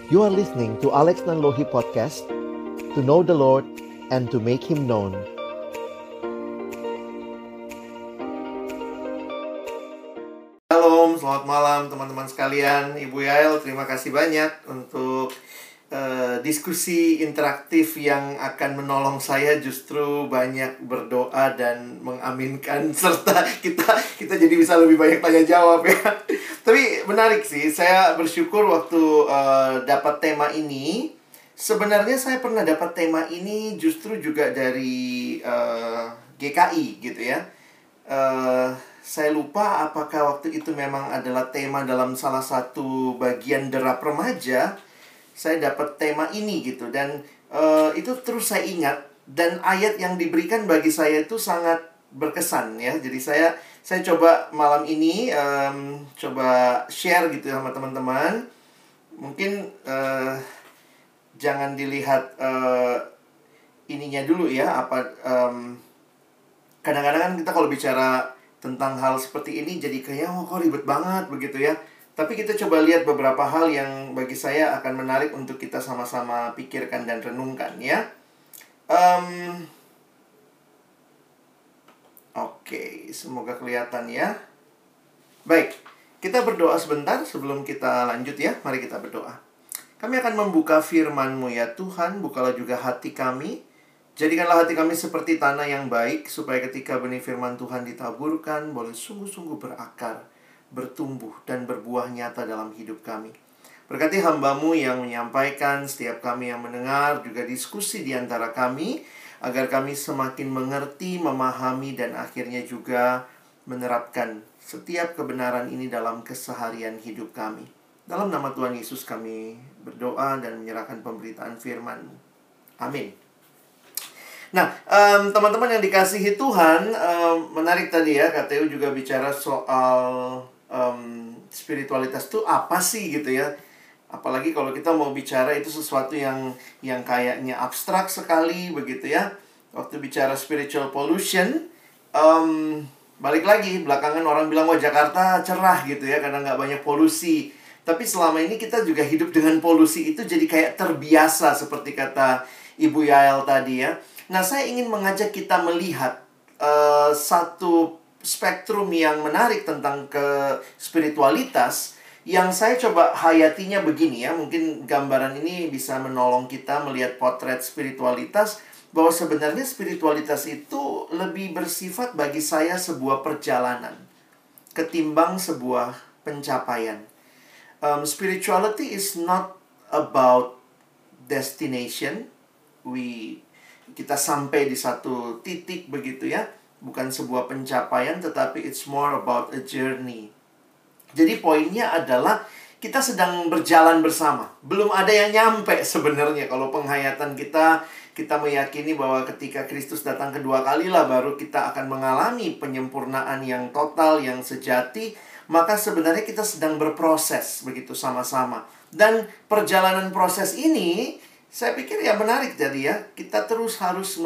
You are listening to Alex Nanlohi Podcast, to know the Lord and to make Him known. Shalom, selamat malam teman-teman sekalian. Ibu Yael, terima kasih banyak untuk diskusi interaktif yang akan menolong saya justru banyak berdoa dan mengaminkan serta kita jadi bisa lebih banyak tanya jawab ya. Tapi menarik sih, saya bersyukur waktu dapat tema ini. Sebenarnya saya pernah dapat tema ini justru juga dari GKI gitu ya. Saya lupa apakah waktu itu memang adalah tema dalam salah satu bagian derap remaja. Saya dapat tema ini gitu. Dan itu terus saya ingat. Dan ayat yang diberikan bagi saya itu sangat berkesan ya. Jadi saya coba malam ini coba share gitu sama teman-teman. Mungkin jangan dilihat ininya dulu ya. Kadang-kadang kan kita kalau bicara tentang hal seperti ini jadi kayak kok ribet banget begitu ya. Tapi kita coba lihat beberapa hal yang bagi saya akan menarik untuk kita sama-sama pikirkan dan renungkan ya. Oke, semoga kelihatan ya. Baik, kita berdoa sebentar sebelum kita lanjut ya. Mari kita berdoa. Kami akan membuka firman-Mu ya Tuhan, bukalah juga hati kami. Jadikanlah hati kami seperti tanah yang baik, supaya ketika benih firman Tuhan ditaburkan, boleh sungguh-sungguh berakar, bertumbuh, dan berbuah nyata dalam hidup kami. Berkati hamba-Mu yang menyampaikan, setiap kami yang mendengar, juga diskusi di antara kami, agar kami semakin mengerti, memahami, dan akhirnya juga menerapkan setiap kebenaran ini dalam keseharian hidup kami. Dalam nama Tuhan Yesus kami berdoa dan menyerahkan pemberitaan firman-Mu. Amin. Nah, teman-teman yang dikasihi Tuhan, menarik tadi ya, KTU juga bicara soal spiritualitas itu apa sih gitu ya. Apalagi kalau kita mau bicara itu sesuatu yang kayaknya abstrak sekali begitu ya. Waktu bicara spiritual pollution, balik lagi, belakangan orang bilang, wah Jakarta cerah gitu ya, karena nggak banyak polusi. Tapi selama ini kita juga hidup dengan polusi itu jadi kayak terbiasa, seperti kata Ibu Yael tadi ya. Nah, saya ingin mengajak kita melihat satu spektrum yang menarik tentang spiritualitas yang saya coba hayatinya begini ya. Mungkin gambaran ini bisa menolong kita melihat potret spiritualitas, bahwa sebenarnya spiritualitas itu lebih bersifat bagi saya sebuah perjalanan ketimbang sebuah pencapaian. Spirituality is not about destination. Kita sampai di satu titik begitu ya. Bukan sebuah pencapaian, tetapi it's more about a journey. Jadi poinnya adalah kita sedang berjalan bersama. Belum ada yang nyampe sebenarnya. Kalau penghayatan kita meyakini bahwa ketika Kristus datang kedua kali lah baru kita akan mengalami penyempurnaan yang total, yang sejati. Maka sebenarnya kita sedang berproses begitu sama-sama. Dan perjalanan proses ini saya pikir ya menarik jadi ya. Kita terus harus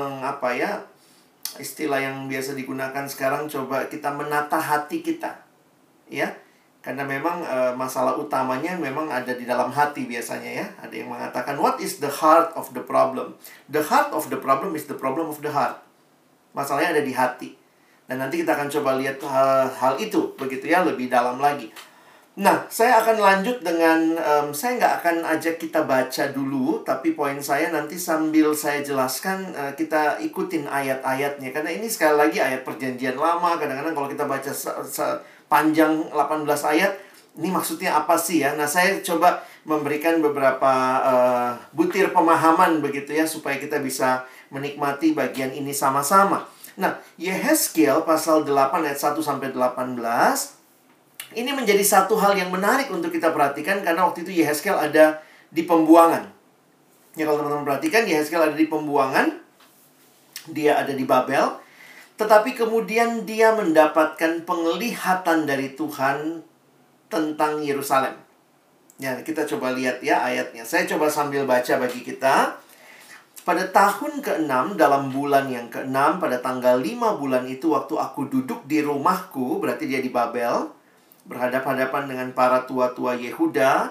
istilah yang biasa digunakan sekarang, coba kita menata hati kita. Ya. Karena memang masalah utamanya memang ada di dalam hati biasanya ya. Ada yang mengatakan, what is the heart of the problem? The heart of the problem is the problem of the heart. Masalahnya ada di hati. Dan nanti kita akan coba lihat hal itu begitu ya, lebih dalam lagi. Nah, saya akan lanjut dengan, saya nggak akan ajak kita baca dulu, tapi poin saya nanti sambil saya jelaskan, kita ikutin ayat-ayatnya. Karena ini sekali lagi ayat perjanjian lama, kadang-kadang kalau kita baca panjang 18 ayat, ini maksudnya apa sih ya? Nah, saya coba memberikan beberapa butir pemahaman begitu ya, supaya kita bisa menikmati bagian ini sama-sama. Nah, Yehezkiel pasal 8 ayat 1-18, ini menjadi satu hal yang menarik untuk kita perhatikan, karena waktu itu Yehezkiel ada di pembuangan. Ya, kalau teman-teman perhatikan, Yehezkiel ada di pembuangan. Dia ada di Babel. Tetapi kemudian dia mendapatkan penglihatan dari Tuhan tentang Yerusalem. Ya, kita coba lihat ya ayatnya. Saya coba sambil baca bagi kita. Pada tahun ke-6, dalam bulan yang ke-6, pada tanggal 5 bulan itu, waktu aku duduk di rumahku, berarti dia di Babel, berhadap-hadapan dengan para tua-tua Yehuda,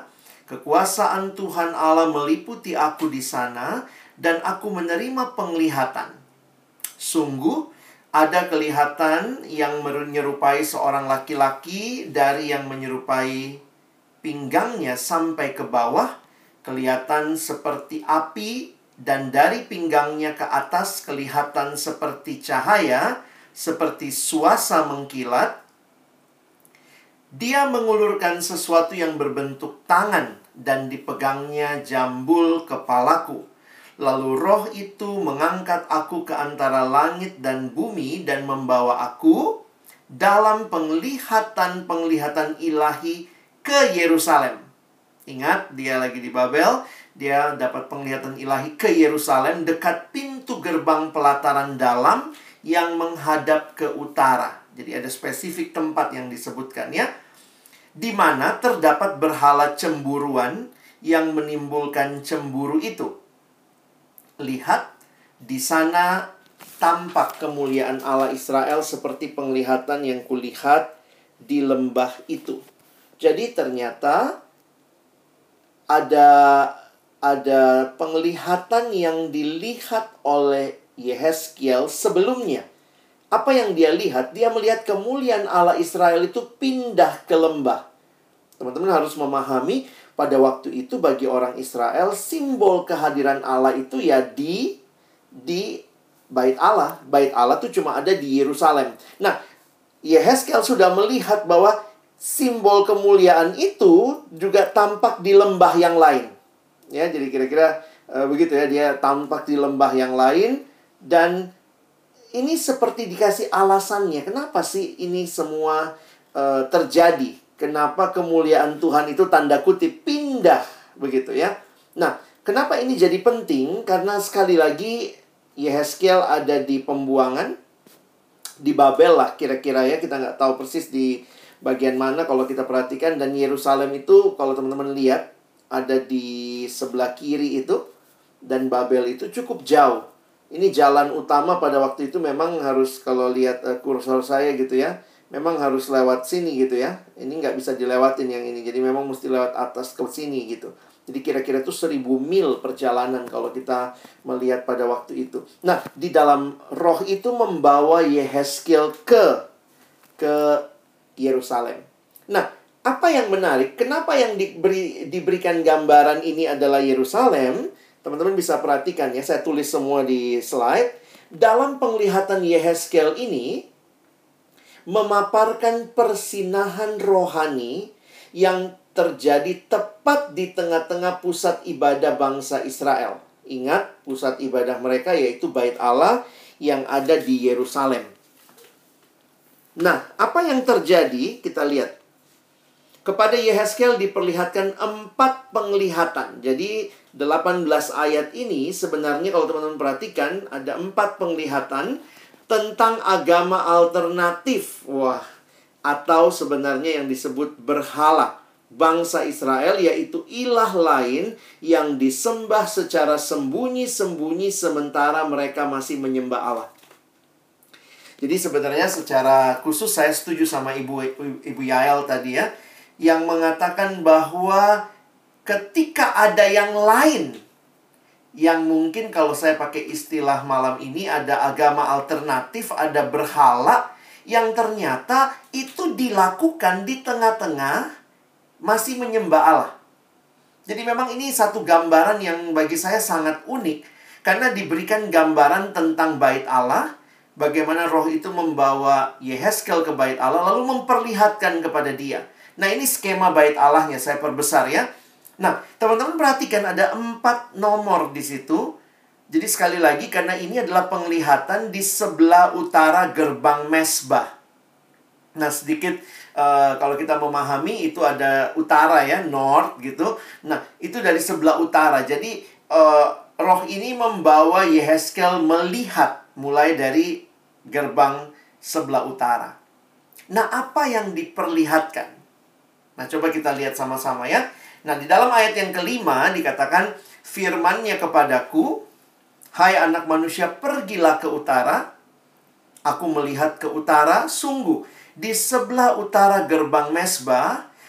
Kekuasaan Tuhan Allah meliputi aku di sana, dan aku menerima penglihatan. Sungguh, ada kelihatan yang menyerupai seorang laki-laki dari yang menyerupai pinggangnya sampai ke bawah, kelihatan seperti api, dan dari pinggangnya ke atas kelihatan seperti cahaya, seperti suasa mengkilat. Dia mengulurkan sesuatu yang berbentuk tangan, dan dipegangnya jambul kepalaku. Lalu roh itu mengangkat aku ke antara langit dan bumi, dan membawa aku dalam penglihatan-penglihatan ilahi ke Yerusalem. Ingat, dia lagi di Babel. Dia dapat penglihatan ilahi ke Yerusalem, dekat pintu gerbang pelataran dalam yang menghadap ke utara. Jadi ada spesifik tempat yang disebutkan ya, di mana terdapat berhala cemburuan yang menimbulkan cemburu itu. Lihat, di sana tampak kemuliaan Allah Israel seperti penglihatan yang kulihat di lembah itu. Jadi ternyata ada penglihatan yang dilihat oleh Yehezkiel sebelumnya. Apa yang dia lihat? Dia melihat kemuliaan Allah Israel itu pindah ke lembah. Teman-teman harus memahami, pada waktu itu bagi orang Israel, simbol kehadiran Allah itu ya di Bait Allah. Bait Allah itu cuma ada di Yerusalem. Nah, Yehezkiel sudah melihat bahwa simbol kemuliaan itu juga tampak di lembah yang lain. Ya, jadi kira-kira begitu ya, dia tampak di lembah yang lain, dan ini seperti dikasih alasannya. Kenapa sih ini semua terjadi? Kenapa kemuliaan Tuhan itu tanda kutip pindah begitu ya? Nah, kenapa ini jadi penting? Karena sekali lagi Yehezkiel ada di pembuangan di Babel lah kira-kira ya. Kita nggak tahu persis di bagian mana kalau kita perhatikan. Dan Yerusalem itu kalau teman-teman lihat ada di sebelah kiri itu, dan Babel itu cukup jauh. Ini jalan utama pada waktu itu memang harus, kalau lihat kursor saya gitu ya, memang harus lewat sini gitu ya. Ini nggak bisa dilewatin yang ini. Jadi memang mesti lewat atas ke sini gitu. Jadi kira-kira itu 1000 mil perjalanan kalau kita melihat pada waktu itu. Nah, di dalam roh itu membawa Yehezkiel ke Yerusalem. Nah, apa yang menarik? Kenapa yang diberikan gambaran ini adalah Yerusalem? Teman-teman bisa perhatikan ya, saya tulis semua di slide. Dalam penglihatan Yehezkiel ini memaparkan persinahan rohani yang terjadi tepat di tengah-tengah pusat ibadah bangsa Israel. Ingat, pusat ibadah mereka yaitu Bait Allah yang ada di Yerusalem. Nah, apa yang terjadi? Kita lihat. Kepada Yehezkiel diperlihatkan 4 penglihatan. Jadi 18 ayat ini sebenarnya kalau teman-teman perhatikan ada 4 penglihatan tentang agama alternatif. Wah, atau sebenarnya yang disebut berhala bangsa Israel, yaitu ilah lain yang disembah secara sembunyi-sembunyi sementara mereka masih menyembah Allah. Jadi sebenarnya secara khusus saya setuju sama Ibu Yael tadi ya, yang mengatakan bahwa ketika ada yang lain, yang mungkin kalau saya pakai istilah malam ini ada agama alternatif, ada berhala, yang ternyata itu dilakukan di tengah-tengah masih menyembah Allah. Jadi memang ini satu gambaran yang bagi saya sangat unik, karena diberikan gambaran tentang Bait Allah, bagaimana roh itu membawa Yehezkiel ke Bait Allah, lalu memperlihatkan kepada dia. Nah, ini skema Bait Allahnya, saya perbesar ya. Nah, teman-teman perhatikan ada 4 nomor di situ. Jadi sekali lagi, karena ini adalah penglihatan di sebelah utara gerbang Mesbah. Nah, sedikit kalau kita memahami itu ada utara ya, north gitu. Nah, itu dari sebelah utara. Jadi roh ini membawa Yehezkiel melihat mulai dari gerbang sebelah utara. Nah, apa yang diperlihatkan? Nah, coba kita lihat sama-sama ya. Nah, di dalam ayat yang kelima dikatakan, firman-Nya kepadaku, hai anak manusia, pergilah ke utara. Aku melihat ke utara, sungguh di sebelah utara gerbang Mesbah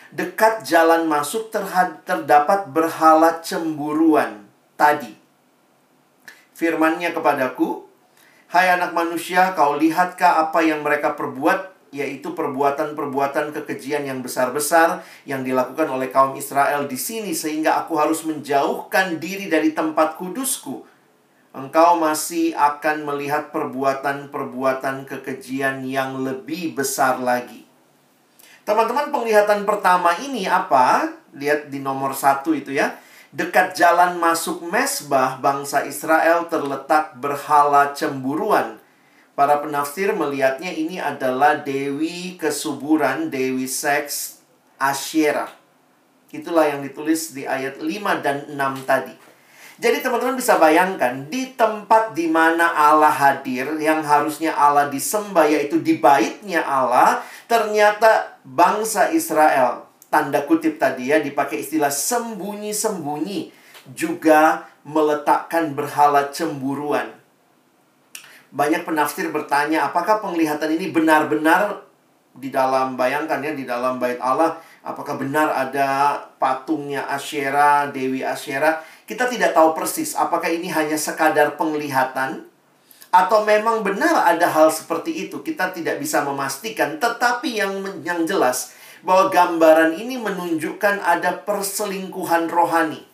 dekat jalan masuk terdapat berhala cemburuan tadi. Firman-Nya kepadaku, hai anak manusia, kau lihatkah apa yang mereka perbuat, yaitu perbuatan-perbuatan kekejian yang besar-besar yang dilakukan oleh kaum Israel di sini, sehingga aku harus menjauhkan diri dari tempat kudusku. Engkau masih akan melihat perbuatan-perbuatan kekejian yang lebih besar lagi. Teman-teman, penglihatan pertama ini apa? Lihat di nomor 1 itu ya. Dekat jalan masuk mezbah bangsa Israel terletak berhala cemburuan. Para penafsir melihatnya ini adalah dewi kesuburan, dewi seks, Asyerah. Itulah yang ditulis di ayat 5 dan 6 tadi. Jadi teman-teman bisa bayangkan, di tempat di mana Allah hadir, yang harusnya Allah disembah, yaitu di baitnya Allah, ternyata bangsa Israel, tanda kutip tadi ya, dipakai istilah sembunyi-sembunyi, juga meletakkan berhala cemburuan. Banyak penafsir bertanya, apakah penglihatan ini benar-benar di dalam, bayangkan ya, di dalam bait Allah, apakah benar ada patungnya Asyerah, Dewi Asyerah? Kita tidak tahu persis apakah ini hanya sekadar penglihatan atau memang benar ada hal seperti itu. Kita tidak bisa memastikan, tetapi yang jelas bahwa gambaran ini menunjukkan ada perselingkuhan rohani.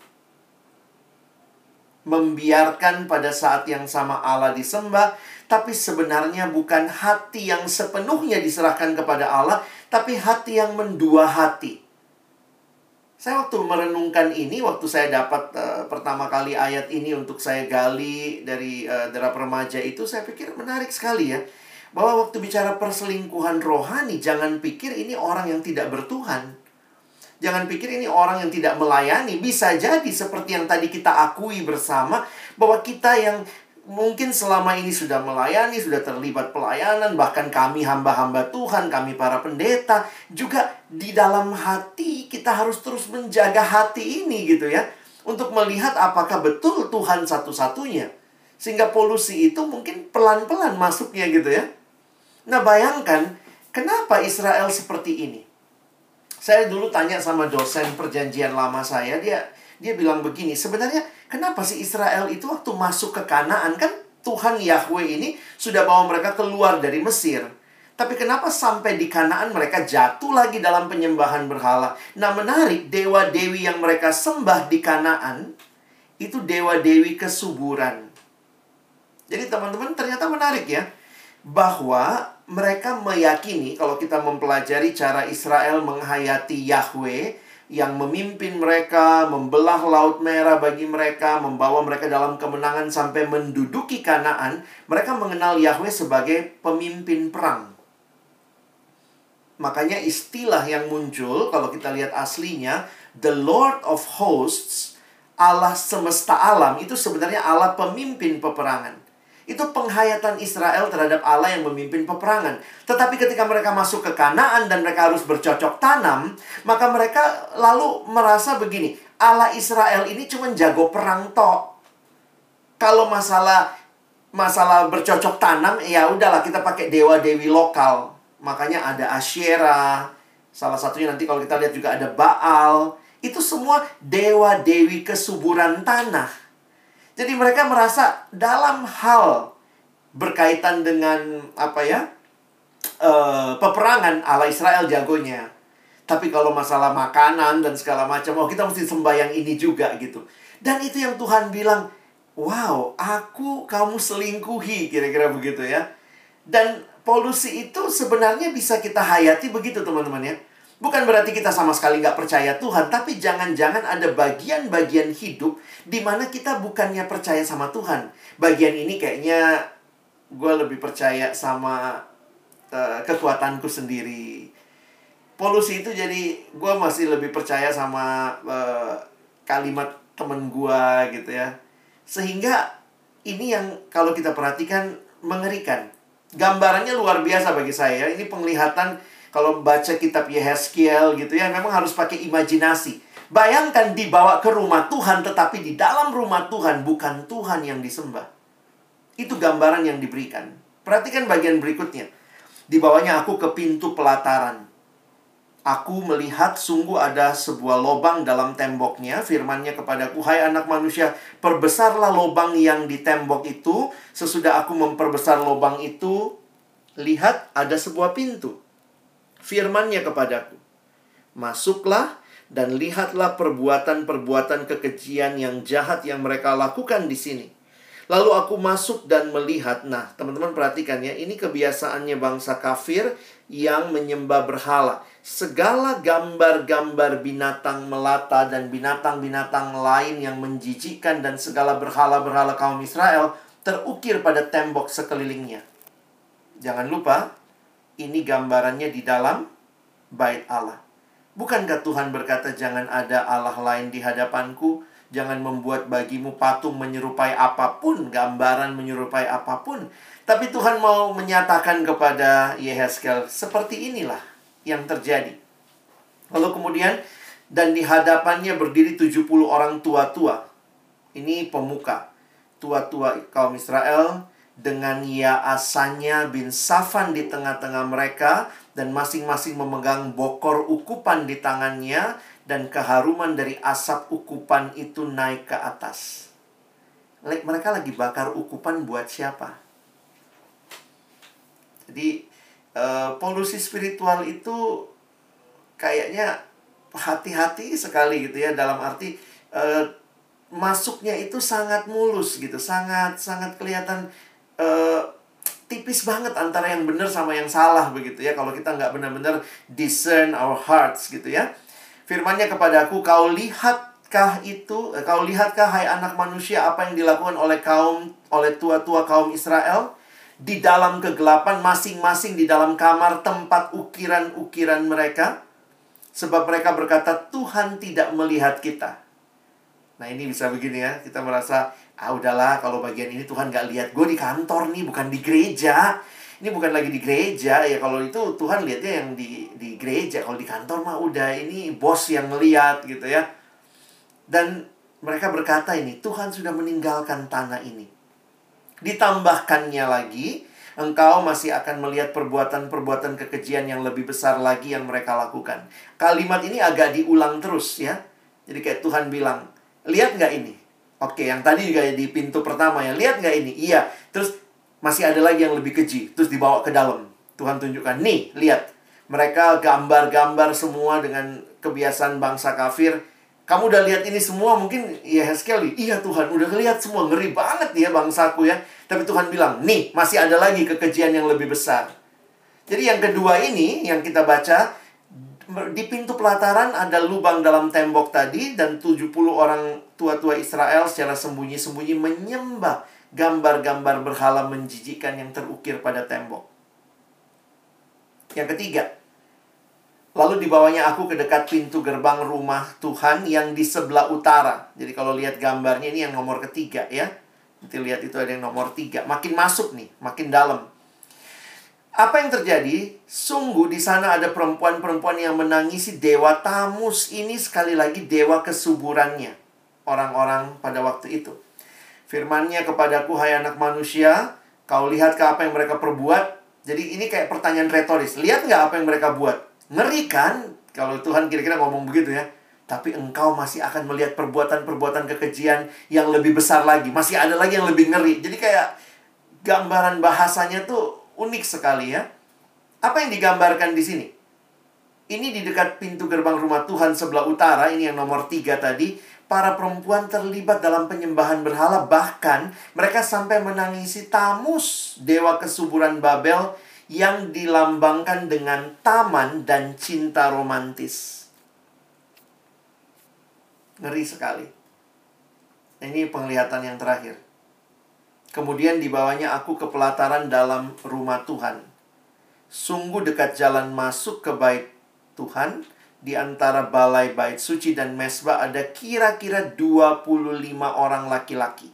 Membiarkan pada saat yang sama Allah disembah, tapi sebenarnya bukan hati yang sepenuhnya diserahkan kepada Allah, tapi hati yang mendua hati. Saya waktu merenungkan ini, waktu saya dapat pertama kali ayat ini untuk saya gali dari derap remaja itu, saya pikir menarik sekali ya. Bahwa waktu bicara perselingkuhan rohani, jangan pikir ini orang yang tidak bertuhan. Jangan pikir ini orang yang tidak melayani. Bisa jadi seperti yang tadi kita akui bersama, bahwa kita yang mungkin selama ini sudah melayani, sudah terlibat pelayanan, bahkan kami hamba-hamba Tuhan, kami para pendeta, juga di dalam hati kita harus terus menjaga hati ini gitu ya, untuk melihat apakah betul Tuhan satu-satunya. Sehingga polusi itu mungkin pelan-pelan masuknya gitu ya. Nah bayangkan, kenapa Israel seperti ini? Saya dulu tanya sama dosen perjanjian lama saya, dia bilang begini, sebenarnya kenapa sih Israel itu waktu masuk ke Kanaan, kan Tuhan Yahweh ini sudah bawa mereka keluar dari Mesir. Tapi kenapa sampai di Kanaan mereka jatuh lagi dalam penyembahan berhala? Nah menarik, dewa-dewi yang mereka sembah di Kanaan itu dewa-dewi kesuburan. Jadi teman-teman ternyata menarik ya, bahwa mereka meyakini, kalau kita mempelajari cara Israel menghayati Yahweh yang memimpin mereka, membelah Laut Merah bagi mereka, membawa mereka dalam kemenangan sampai menduduki Kanaan, mereka mengenal Yahweh sebagai pemimpin perang. Makanya istilah yang muncul, kalau kita lihat aslinya, The Lord of Hosts, Allah semesta alam, itu sebenarnya Allah pemimpin peperangan. Itu penghayatan Israel terhadap Allah yang memimpin peperangan. Tetapi ketika mereka masuk ke Kanaan dan mereka harus bercocok tanam, maka mereka lalu merasa begini, Allah Israel ini cuma jago perang tok. Kalau masalah bercocok tanam, ya udahlah kita pakai dewa-dewi lokal. Makanya ada Asyerah, salah satunya nanti kalau kita lihat juga ada Baal. Itu semua dewa-dewi kesuburan tanah. Jadi mereka merasa dalam hal berkaitan dengan peperangan, Allah Israel jagonya. Tapi kalau masalah makanan dan segala macam, oh kita mesti sembah yang ini juga gitu. Dan itu yang Tuhan bilang, wow, kamu selingkuhi, kira-kira begitu ya. Dan polusi itu sebenarnya bisa kita hayati begitu teman-teman ya. Bukan berarti kita sama sekali nggak percaya Tuhan, tapi jangan-jangan ada bagian-bagian hidup di mana kita bukannya percaya sama Tuhan. Bagian ini kayaknya gue lebih percaya sama kekuatanku sendiri. Polusi itu jadi gue masih lebih percaya sama kalimat temen gue gitu ya. Sehingga ini yang kalau kita perhatikan mengerikan. Gambarannya luar biasa bagi saya. Ini penglihatan. Kalau baca kitab Yehezkiel gitu ya, memang harus pakai imajinasi. Bayangkan dibawa ke rumah Tuhan, tetapi di dalam rumah Tuhan bukan Tuhan yang disembah. Itu gambaran yang diberikan. Perhatikan bagian berikutnya. Dibawanya aku ke pintu pelataran. Aku melihat sungguh ada sebuah lobang dalam temboknya. Firman-Nya kepadaku, hai anak manusia, perbesarlah lobang yang di tembok itu. Sesudah aku memperbesar lobang itu, lihat ada sebuah pintu. Firman-Nya kepadaku, masuklah dan lihatlah perbuatan-perbuatan kekejian yang jahat yang mereka lakukan di sini. Lalu aku masuk dan melihat. Nah, teman-teman perhatikan ya, ini kebiasaannya bangsa kafir yang menyembah berhala. Segala gambar-gambar binatang melata dan binatang-binatang lain yang menjijikkan dan segala berhala-berhala kaum Israel terukir pada tembok sekelilingnya. Jangan lupa, ini gambarannya di dalam bait Allah. Bukankah Tuhan berkata, jangan ada Allah lain di hadapanku? Jangan membuat bagimu patung menyerupai apapun, gambaran menyerupai apapun. Tapi Tuhan mau menyatakan kepada Yehezkel, seperti inilah yang terjadi. Lalu kemudian, dan di hadapannya berdiri 70 orang tua-tua. Ini pemuka. Tua-tua kaum Israel dengan Yaasanya bin Safan di tengah-tengah mereka. Dan masing-masing memegang bokor ukupan di tangannya. Dan keharuman dari asap ukupan itu naik ke atas. Mereka lagi bakar ukupan buat siapa? Jadi polusi spiritual itu kayaknya hati-hati sekali gitu ya. Dalam arti masuknya itu sangat mulus gitu. Sangat kelihatan tipis banget antara yang benar sama yang salah begitu ya. Kalau kita nggak benar-benar discern our hearts gitu ya. Firman-Nya kepadaku, kau lihatkah hai anak manusia, apa yang dilakukan oleh tua-tua kaum Israel? Di dalam kegelapan, masing-masing di dalam kamar tempat ukiran-ukiran mereka. Sebab mereka berkata, Tuhan tidak melihat kita. Nah, ini bisa begini ya, kita merasa, udahlah kalau bagian ini Tuhan gak lihat. Gue di kantor nih, bukan di gereja. Ini bukan lagi di gereja. Ya kalau itu Tuhan lihatnya yang di gereja. Kalau di kantor mah udah, ini bos yang ngeliat gitu ya. Dan mereka berkata ini, Tuhan sudah meninggalkan tanah ini. Ditambahkannya lagi, engkau masih akan melihat perbuatan-perbuatan kekejian yang lebih besar lagi yang mereka lakukan. Kalimat ini agak diulang terus ya. Jadi kayak Tuhan bilang, lihat nggak ini? Oke, yang tadi juga di pintu pertama ya, lihat nggak ini? Iya. Terus masih ada lagi yang lebih keji. Terus dibawa ke dalam. Tuhan tunjukkan, nih, lihat. Mereka gambar-gambar semua dengan kebiasaan bangsa kafir. Kamu udah lihat ini semua, mungkin Yehezkel, iya Tuhan, udah lihat semua. Ngeri banget ya bangsaku ya. Tapi Tuhan bilang, nih, masih ada lagi kekejian yang lebih besar. Jadi yang kedua ini, yang kita baca, di pintu pelataran ada lubang dalam tembok tadi. Dan 70 orang tua-tua Israel secara sembunyi-sembunyi menyembah gambar-gambar berhala menjijikkan yang terukir pada tembok. Yang ketiga, lalu dibawanya aku ke dekat pintu gerbang rumah Tuhan yang di sebelah utara. Jadi kalau lihat gambarnya ini yang nomor ketiga ya. Nanti lihat itu ada yang nomor 3. Makin masuk nih, makin dalam. Apa yang terjadi? Sungguh di sana ada perempuan-perempuan yang menangisi dewa Tamus. Ini sekali lagi dewa kesuburannya. Orang-orang pada waktu itu. Firman-Nya kepadaku, hai anak manusia, kau lihatkah apa yang mereka perbuat? Jadi ini kayak pertanyaan retoris. Lihat nggak apa yang mereka buat? Ngeri kan? Kalau Tuhan kira-kira ngomong begitu ya. Tapi engkau masih akan melihat perbuatan-perbuatan kekejian yang lebih besar lagi. Masih ada lagi yang lebih ngeri. Jadi kayak gambaran bahasanya tuh unik sekali ya. Apa yang digambarkan di sini? Ini di dekat pintu gerbang rumah Tuhan sebelah utara. Ini yang nomor 3 tadi. Para perempuan terlibat dalam penyembahan berhala. Bahkan mereka sampai menangisi Tamus, dewa kesuburan Babel, yang dilambangkan dengan taman dan cinta romantis. Ngeri sekali. Ini penglihatan yang terakhir. Kemudian dibawanya aku ke pelataran dalam rumah Tuhan. Sungguh dekat jalan masuk ke bait Tuhan, di antara balai bait suci dan mesbah ada kira-kira 25 orang laki-laki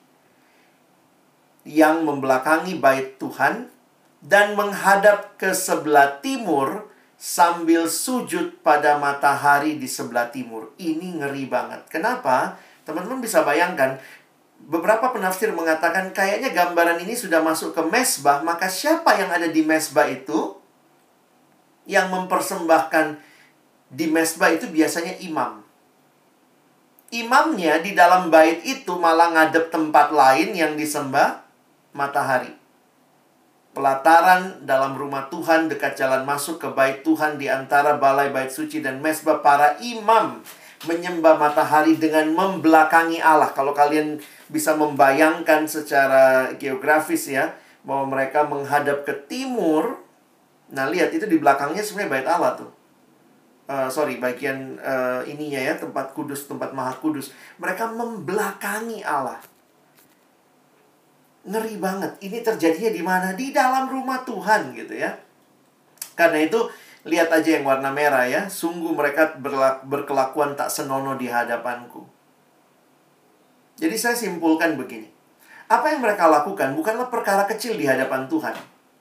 yang membelakangi bait Tuhan dan menghadap ke sebelah timur sambil sujud pada matahari di sebelah timur. Ini ngeri banget. Kenapa? Teman-teman bisa bayangkan, beberapa penafsir mengatakan kayaknya gambaran ini sudah masuk ke mesbah. Maka siapa yang ada di mesbah itu yang mempersembahkan Di mesbah itu biasanya imam. Imamnya di dalam bait itu malah ngadep tempat lain yang disembah matahari. Pelataran dalam rumah Tuhan dekat jalan masuk ke bait Tuhan di antara balai bait suci dan mesbah, para imam menyembah matahari dengan membelakangi Allah. Kalau kalian bisa membayangkan secara geografis ya, bahwa mereka menghadap ke timur. Nah, lihat itu di belakangnya sebenarnya bait Allah tuh. Bagian ininya ya, tempat kudus, tempat maha kudus. Mereka membelakangi Allah. Ngeri banget. Ini terjadinya di mana? Di dalam rumah Tuhan gitu ya. Karena itu, lihat aja yang warna merah ya. Sungguh mereka berkelakuan tak senonoh di hadapanku. Jadi saya simpulkan begini. Apa yang mereka lakukan bukanlah perkara kecil di hadapan Tuhan.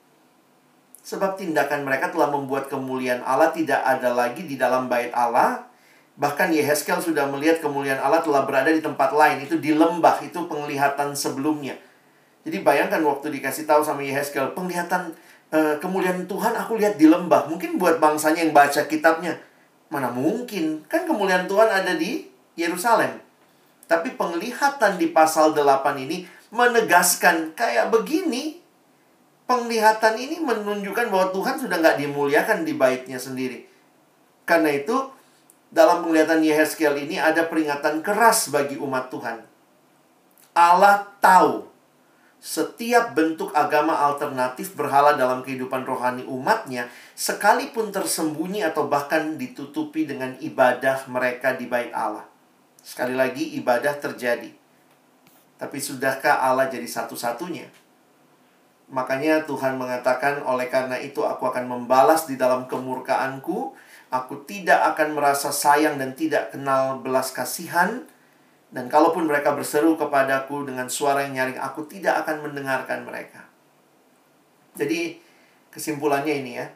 Sebab tindakan mereka telah membuat kemuliaan Allah tidak ada lagi di dalam bait Allah. Bahkan Yehezkel sudah melihat kemuliaan Allah telah berada di tempat lain. Itu di lembah, itu penglihatan sebelumnya. Jadi bayangkan waktu dikasih tahu sama Yehezkel, penglihatan kemuliaan Tuhan aku lihat di lembah. Mungkin buat bangsanya yang baca kitabnya, mana mungkin? Kan kemuliaan Tuhan ada di Yerusalem. Tapi penglihatan di pasal 8 ini menegaskan kayak begini. Penglihatan ini menunjukkan bahwa Tuhan sudah nggak dimuliakan di baitnya sendiri. Karena itu, dalam penglihatan Yehezkel ini ada peringatan keras bagi umat Tuhan. Allah tahu setiap bentuk agama alternatif berhala dalam kehidupan rohani umatnya, sekalipun tersembunyi atau bahkan ditutupi dengan ibadah mereka di bait Allah. Sekali lagi, ibadah terjadi. Tapi sudahkah Allah jadi satu-satunya? Makanya Tuhan mengatakan, oleh karena itu aku akan membalas di dalam kemurkaanku. Aku tidak akan merasa sayang dan tidak kenal belas kasihan. Dan kalaupun mereka berseru kepadaku dengan suara yang nyaring, aku tidak akan mendengarkan mereka. Jadi kesimpulannya ini ya.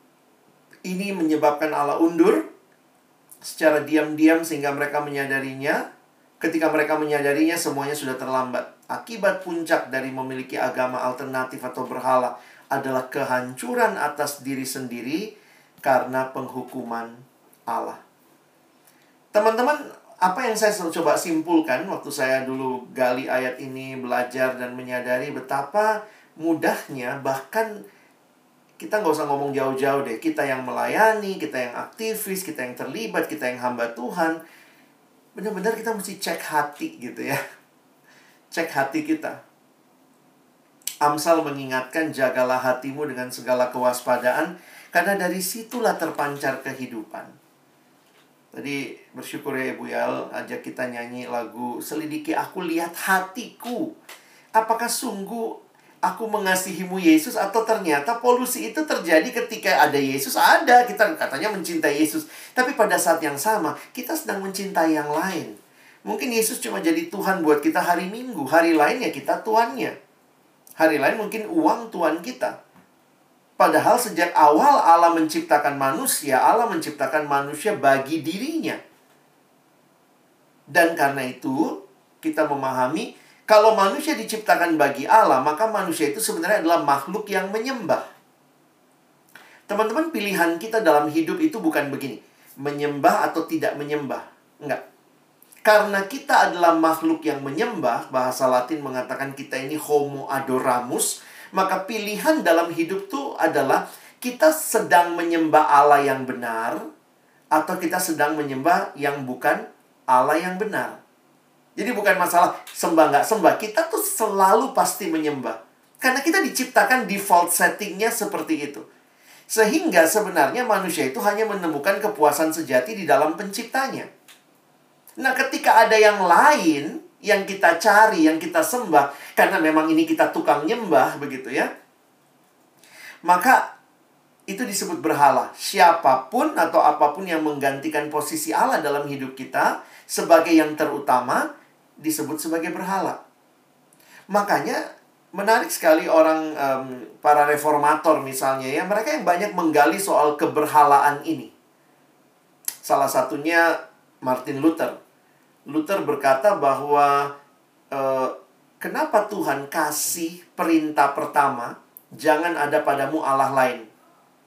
Ini menyebabkan Allah undur secara diam-diam sehingga mereka menyadarinya. Ketika mereka menyadarinya, semuanya sudah terlambat. Akibat puncak dari memiliki agama alternatif atau berhala adalah kehancuran atas diri sendiri karena penghukuman Allah. Teman-teman, apa yang saya coba simpulkan waktu saya dulu gali ayat ini, belajar dan menyadari betapa mudahnya, bahkan kita nggak usah ngomong jauh-jauh deh. Kita yang melayani, kita yang aktivis, kita yang terlibat, kita yang hamba Tuhan. Benar-benar kita mesti cek hati gitu ya. Cek hati kita. Amsal mengingatkan, jagalah hatimu dengan segala kewaspadaan, karena dari situlah terpancar kehidupan. Tadi bersyukur ya Ibu Yal, ajak kita nyanyi lagu Selidiki Aku Lihat Hatiku. Apakah sungguh aku mengasihimu Yesus, atau ternyata polusi itu terjadi ketika ada Yesus? Ada, kita katanya mencintai Yesus, tapi pada saat yang sama kita sedang mencintai yang lain. Mungkin Yesus cuma jadi Tuhan buat kita hari Minggu, hari lain ya kita Tuannya. Hari lain mungkin uang Tuhan kita. Padahal sejak awal Allah menciptakan manusia, Allah menciptakan manusia bagi dirinya. Dan karena itu kita memahami, kalau manusia diciptakan bagi Allah, maka manusia itu sebenarnya adalah makhluk yang menyembah. Teman-teman, pilihan kita dalam hidup itu bukan begini, menyembah atau tidak menyembah. Enggak. Karena kita adalah makhluk yang menyembah, bahasa Latin mengatakan kita ini homo adoramus, maka pilihan dalam hidup itu adalah kita sedang menyembah Allah yang benar, atau kita sedang menyembah yang bukan Allah yang benar. Jadi bukan masalah sembah nggak sembah, kita tuh selalu pasti menyembah. Karena kita diciptakan default settingnya seperti itu. Sehingga sebenarnya manusia itu hanya menemukan kepuasan sejati di dalam penciptanya. Nah, ketika ada yang lain yang kita cari, yang kita sembah, karena memang ini kita tukang nyembah, begitu ya, maka itu disebut berhala. Siapapun atau apapun yang menggantikan posisi Allah dalam hidup kita sebagai yang terutama, disebut sebagai berhala. Makanya menarik sekali orang, para reformator misalnya ya, mereka yang banyak menggali soal keberhalaan ini. Salah satunya Martin Luther. Luther berkata bahwa kenapa Tuhan kasih perintah pertama, jangan ada padamu Allah lain.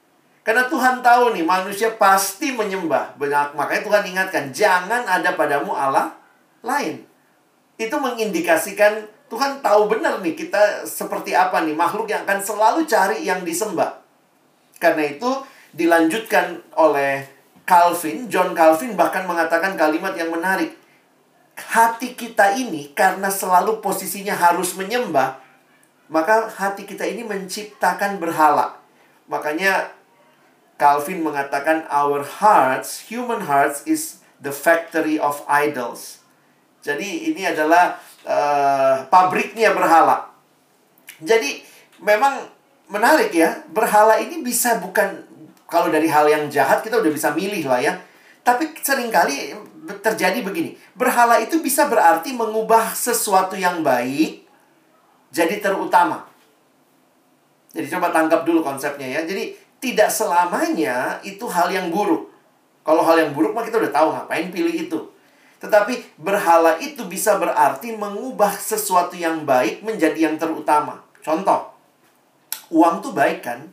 Karena Tuhan tahu nih, manusia pasti menyembah. Makanya Tuhan ingatkan, jangan ada padamu Allah lain. Itu mengindikasikan Tuhan tahu benar nih kita seperti apa nih, makhluk yang akan selalu cari yang disembah. Karena itu dilanjutkan oleh John Calvin bahkan mengatakan kalimat yang menarik. Hati kita ini karena selalu posisinya harus menyembah, maka hati kita ini menciptakan berhala. Makanya Calvin mengatakan human hearts is the factory of idols. Jadi ini adalah pabriknya berhala. Jadi memang menarik ya, berhala ini bisa bukan, kalau dari hal yang jahat kita udah bisa milih lah ya. Tapi seringkali terjadi begini, berhala itu bisa berarti mengubah sesuatu yang baik jadi terutama. Jadi coba tangkap dulu konsepnya ya. Jadi tidak selamanya itu hal yang buruk. Kalau hal yang buruk mah kita udah tahu ngapain pilih itu. Tetapi berhala itu bisa berarti mengubah sesuatu yang baik menjadi yang terutama. Contoh, uang tuh baik kan?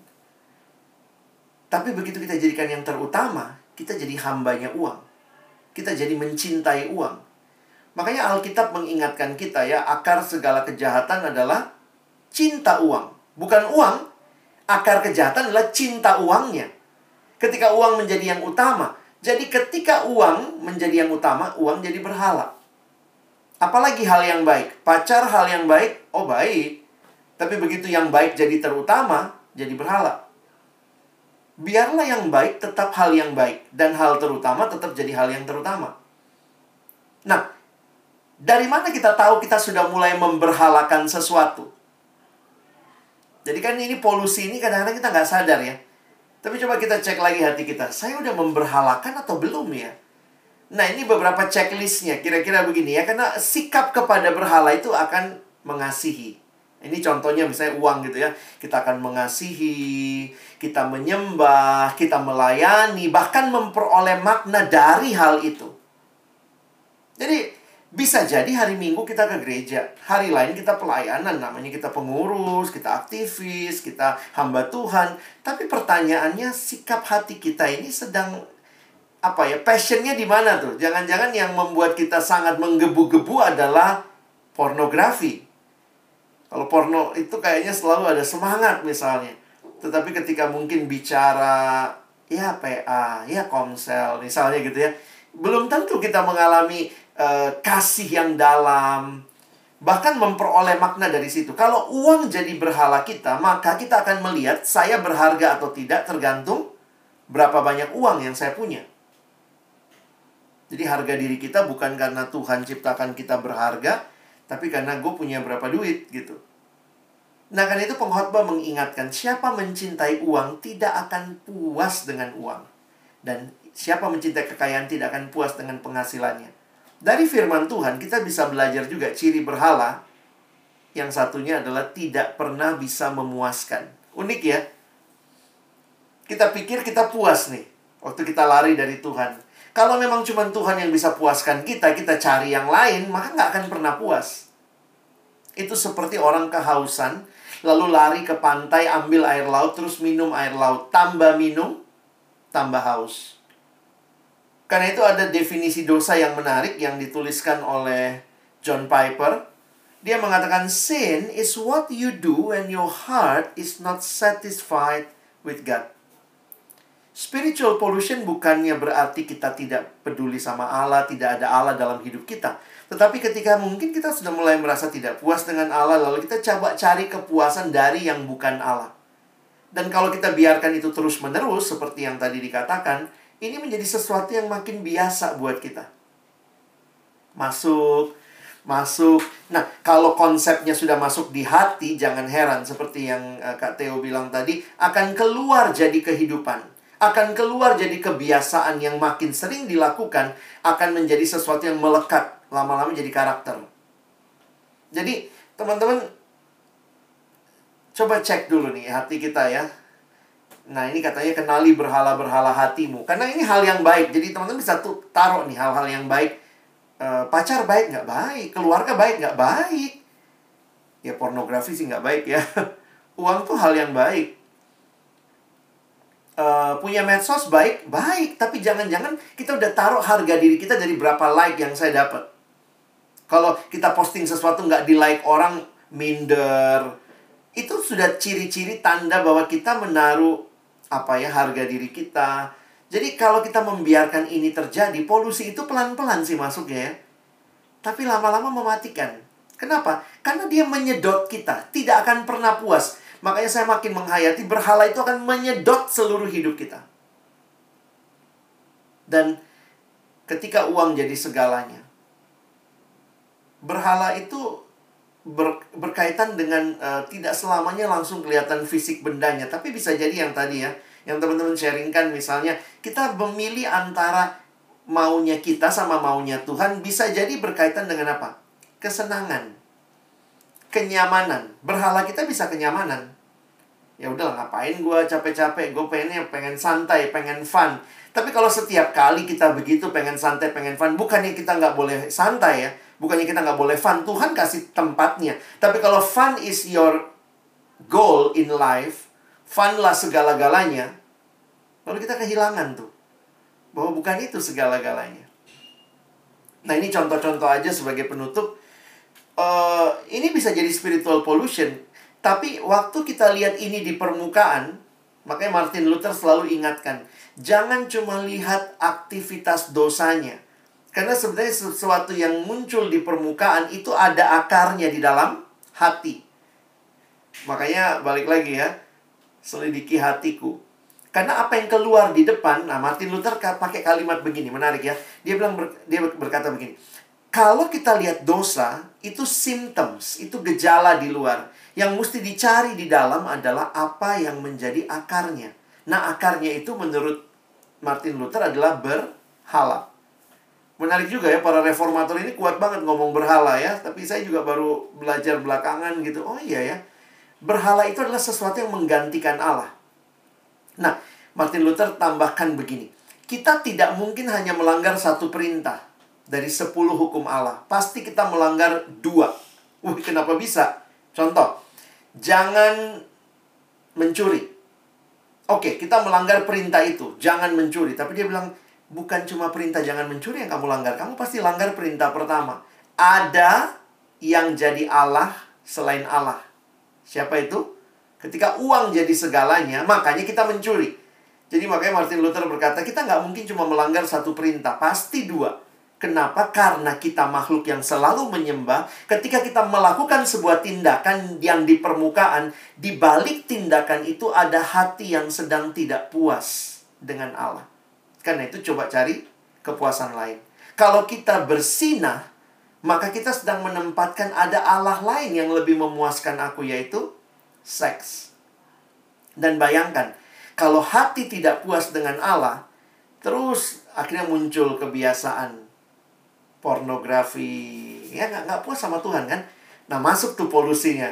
Tapi begitu kita jadikan yang terutama, kita jadi hambanya uang. Kita jadi mencintai uang. Makanya Alkitab mengingatkan kita ya, akar segala kejahatan adalah cinta uang. Bukan uang, akar kejahatan adalah cinta uangnya. Ketika uang menjadi yang utama. Jadi ketika uang menjadi yang utama, uang jadi berhala. Apalagi hal yang baik. Pacar hal yang baik, oh baik. Tapi begitu yang baik jadi terutama, jadi berhala. Biarlah yang baik tetap hal yang baik. Dan hal terutama tetap jadi hal yang terutama. Nah, dari mana kita tahu kita sudah mulai memberhalakan sesuatu? Jadi kan ini polusi ini kadang-kadang kita nggak sadar ya. Tapi coba kita cek lagi hati kita. Saya udah memberhalakan atau belum ya? Nah ini beberapa checklistnya. Kira-kira begini ya. Karena sikap kepada berhala itu akan mengasihi. Ini contohnya misalnya uang gitu ya. Kita akan mengasihi, kita menyembah, kita melayani, bahkan memperoleh makna dari hal itu. Jadi bisa jadi hari Minggu kita ke gereja, hari lain kita pelayanan, namanya kita pengurus, kita aktivis, kita hamba Tuhan. Tapi pertanyaannya, sikap hati kita ini sedang apa ya, passionnya di mana tuh? Jangan-jangan yang membuat kita sangat menggebu-gebu adalah pornografi. Kalau porno itu kayaknya selalu ada semangat misalnya. Tetapi ketika mungkin bicara ya PA, ya komsel misalnya gitu ya, belum tentu kita mengalami kasih yang dalam, bahkan memperoleh makna dari situ. Kalau uang jadi berhala kita, maka kita akan melihat saya berharga atau tidak tergantung berapa banyak uang yang saya punya. Jadi harga diri kita bukan karena Tuhan ciptakan kita berharga, tapi karena gue punya berapa duit gitu. Nah karena itu pengkhotbah mengingatkan, siapa mencintai uang tidak akan puas dengan uang. Dan siapa mencintai kekayaan tidak akan puas dengan penghasilannya. Dari firman Tuhan kita bisa belajar juga ciri berhala. Yang satunya adalah tidak pernah bisa memuaskan. Unik ya. Kita pikir kita puas nih waktu kita lari dari Tuhan. Kalau memang cuma Tuhan yang bisa puaskan kita, kita cari yang lain, maka nggak akan pernah puas. Itu seperti orang kehausan, lalu lari ke pantai, ambil air laut, terus minum air laut. Tambah minum, tambah haus. Karena itu ada definisi dosa yang menarik yang dituliskan oleh John Piper. Dia mengatakan, sin is what you do when your heart is not satisfied with God. Spiritual pollution bukannya berarti kita tidak peduli sama Allah, tidak ada Allah dalam hidup kita. Tetapi ketika mungkin kita sudah mulai merasa tidak puas dengan Allah, lalu kita coba cari kepuasan dari yang bukan Allah. Dan kalau kita biarkan itu terus-menerus, seperti yang tadi dikatakan, ini menjadi sesuatu yang makin biasa buat kita. Masuk. Nah, kalau konsepnya sudah masuk di hati, jangan heran. Seperti yang Kak Theo bilang tadi, akan keluar jadi kehidupan. Akan keluar jadi kebiasaan yang makin sering dilakukan, akan menjadi sesuatu yang melekat. Lama-lama jadi karakter. Jadi, teman-teman, coba cek dulu nih hati kita ya. Nah ini katanya kenali berhala-berhala hatimu. Karena ini hal yang baik. Jadi teman-teman bisa taruh nih hal-hal yang baik. Pacar baik nggak baik. Keluarga baik nggak baik. Ya pornografi sih nggak baik ya. Uang tuh hal yang baik. punya medsos baik, tapi jangan-jangan kita udah taruh harga diri kita dari berapa like yang saya dapat. Kalau kita posting sesuatu nggak di-like orang, minder. Itu sudah ciri-ciri tanda bahwa kita menaruh harga diri kita. Jadi kalau kita membiarkan ini terjadi, polusi itu pelan-pelan sih masuknya ya. Tapi lama-lama mematikan. Kenapa? Karena dia menyedot kita, tidak akan pernah puas. Makanya saya makin menghayati berhala itu akan menyedot seluruh hidup kita. Dan ketika uang jadi segalanya, berhala itu berkaitan dengan tidak selamanya langsung kelihatan fisik bendanya. Tapi bisa jadi yang tadi ya, yang teman-teman sharingkan, misalnya kita memilih antara maunya kita sama maunya Tuhan, bisa jadi berkaitan dengan apa? Kesenangan, kenyamanan. Berhala kita bisa kenyamanan. Ya udahlah, ngapain gue capek-capek, gue pengen santai, pengen fun. Tapi kalau setiap kali kita begitu pengen santai, pengen fun, bukannya kita nggak boleh santai ya, bukannya kita nggak boleh fun. Tuhan kasih tempatnya. Tapi kalau fun is your goal in life, fun lah segala-galanya, lalu kita kehilangan tuh bahwa bukan itu segala-galanya. Nah, ini contoh-contoh aja sebagai penutup. Ini bisa jadi spiritual pollution. Tapi waktu kita lihat ini di permukaan, makanya Martin Luther selalu ingatkan, jangan cuma lihat aktivitas dosanya. Karena sebenarnya sesuatu yang muncul di permukaan itu ada akarnya di dalam hati. Makanya balik lagi ya, selidiki hatiku. Karena apa yang keluar di depan, nah Martin Luther pakai kalimat begini, menarik ya. Dia berkata begini, kalau kita lihat dosa, itu symptoms, itu gejala di luar. Yang mesti dicari di dalam adalah apa yang menjadi akarnya. Nah, akarnya itu menurut Martin Luther adalah berhala. Menarik juga ya, para reformator ini kuat banget ngomong berhala ya. Tapi saya juga baru belajar belakangan gitu. Oh iya ya, berhala itu adalah sesuatu yang menggantikan Allah. Nah, Martin Luther tambahkan begini, kita tidak mungkin hanya melanggar satu perintah dari 10 hukum Allah. Pasti kita melanggar 2. Kenapa bisa? Contoh, jangan mencuri. Oke, kita melanggar perintah itu, jangan mencuri. Tapi dia bilang, bukan cuma perintah jangan mencuri yang kamu langgar, kamu pasti langgar perintah pertama. Ada yang jadi Allah selain Allah. Siapa itu? Ketika uang jadi segalanya, makanya kita mencuri. Jadi makanya Martin Luther berkata, kita nggak mungkin cuma melanggar satu perintah, pasti 2. Kenapa? Karena kita makhluk yang selalu menyembah. Ketika kita melakukan sebuah tindakan yang di permukaan, di balik tindakan itu ada hati yang sedang tidak puas dengan Allah. Karena itu coba cari kepuasan lain. Kalau kita bersinah, maka kita sedang menempatkan ada Allah lain yang lebih memuaskan aku, yaitu seks. Dan bayangkan, kalau hati tidak puas dengan Allah, terus akhirnya muncul kebiasaan pornografi, ya nggak puas sama Tuhan kan. Nah, masuk tuh polusinya.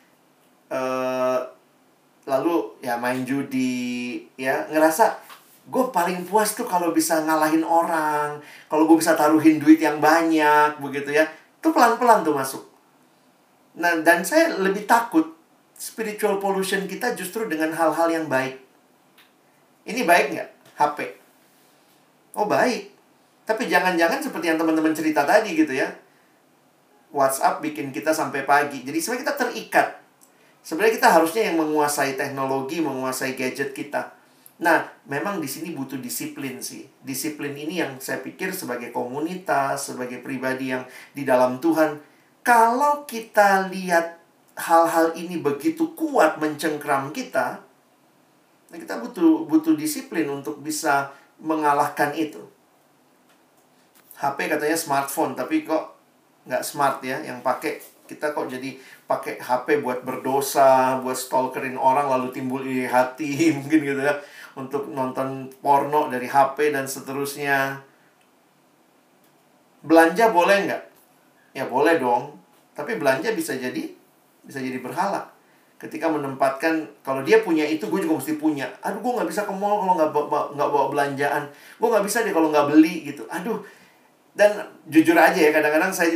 Lalu ya main judi, ya ngerasa gue paling puas tuh kalau bisa ngalahin orang, kalau gue bisa taruhin duit yang banyak, begitu ya. Itu pelan-pelan tuh masuk. Nah, dan saya lebih takut spiritual pollution kita justru dengan hal-hal yang baik. Ini baik nggak? HP. Oh, baik. Tapi jangan-jangan seperti yang teman-teman cerita tadi gitu ya. WhatsApp bikin kita sampai pagi. Jadi sebenarnya kita terikat. Sebenarnya kita harusnya yang menguasai teknologi, menguasai gadget kita. Nah, memang di sini butuh disiplin sih. Disiplin ini yang saya pikir sebagai komunitas, sebagai pribadi yang di dalam Tuhan. Kalau kita lihat hal-hal ini begitu kuat mencengkram kita, nah kita butuh disiplin untuk bisa mengalahkan itu. HP katanya smartphone, tapi kok nggak smart ya. Yang pakai, kita kok jadi pakai HP buat berdosa, buat stalkerin orang, lalu timbul iri hati, mungkin gitu ya. Untuk nonton porno dari HP dan seterusnya. Belanja boleh nggak? Ya boleh dong. Tapi belanja bisa jadi berhala. Ketika menempatkan, kalau dia punya itu, gue juga mesti punya. Aduh, gue nggak bisa ke mall kalau nggak bawa belanjaan. Gue nggak bisa deh kalau nggak beli gitu. Aduh. Dan jujur aja ya, kadang-kadang saya juga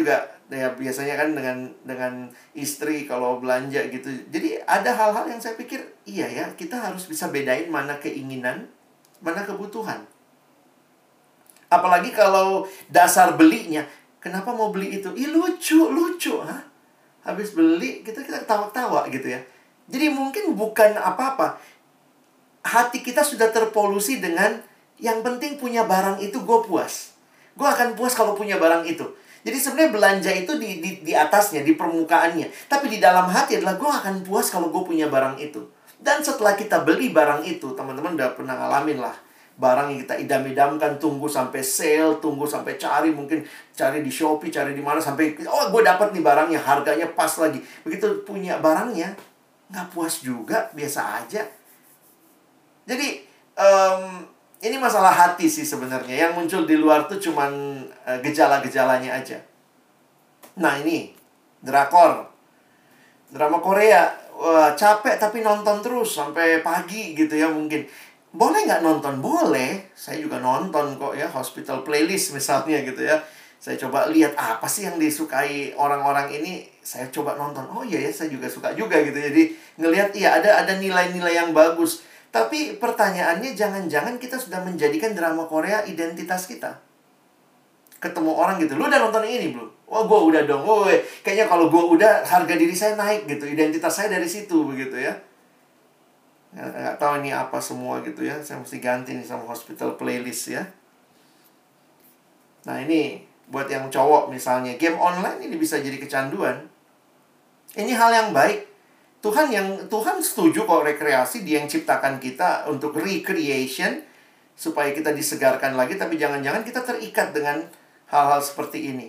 Ya biasanya kan dengan istri kalau belanja gitu. Jadi ada hal-hal yang saya pikir, iya ya, kita harus bisa bedain mana keinginan, mana kebutuhan. Apalagi kalau dasar belinya, kenapa mau beli itu? Ih, lucu. Hah? Habis beli, kita ketawa-ketawa gitu ya. Jadi mungkin bukan apa-apa. Hati kita sudah terpolusi dengan yang penting punya barang itu gue puas. Gue akan puas kalau punya barang itu. Jadi sebenarnya belanja itu di atasnya, di permukaannya. Tapi di dalam hati adalah gue akan puas kalau gue punya barang itu. Dan setelah kita beli barang itu, teman-teman udah pernah ngalamin lah. Barang yang kita idam-idamkan, tunggu sampai sale, tunggu sampai cari, mungkin cari di Shopee, cari di mana, sampai, oh gue dapat nih barangnya, harganya pas lagi. Begitu punya barangnya, nggak puas juga, biasa aja. Jadi, ini masalah hati sih sebenarnya. Yang muncul di luar tuh cuman gejala-gejalanya aja. Nah ini, drakor. Drama Korea. Wah, capek tapi nonton terus sampai pagi gitu ya mungkin. Boleh nggak nonton? Boleh. Saya juga nonton kok ya, Hospital Playlist misalnya gitu ya. Saya coba lihat apa sih yang disukai orang-orang ini. Saya coba nonton. Oh iya ya, saya juga suka juga gitu. Jadi ngelihat iya ada nilai-nilai yang bagus. Tapi pertanyaannya, jangan-jangan kita sudah menjadikan drama Korea identitas kita. Ketemu orang gitu, lu udah nonton ini belum? Wah, gue udah dong. Oh, kayaknya kalau gue udah, harga diri saya naik gitu. Identitas saya dari situ begitu ya. Nggak tahu ini apa semua gitu ya. Saya mesti ganti nih sama Hospital Playlist ya. Nah ini, buat yang cowok misalnya, game online ini bisa jadi kecanduan. Ini hal yang baik. Tuhan setuju kok rekreasi, Dia yang ciptakan kita untuk recreation supaya kita disegarkan lagi, tapi jangan-jangan kita terikat dengan hal-hal seperti ini.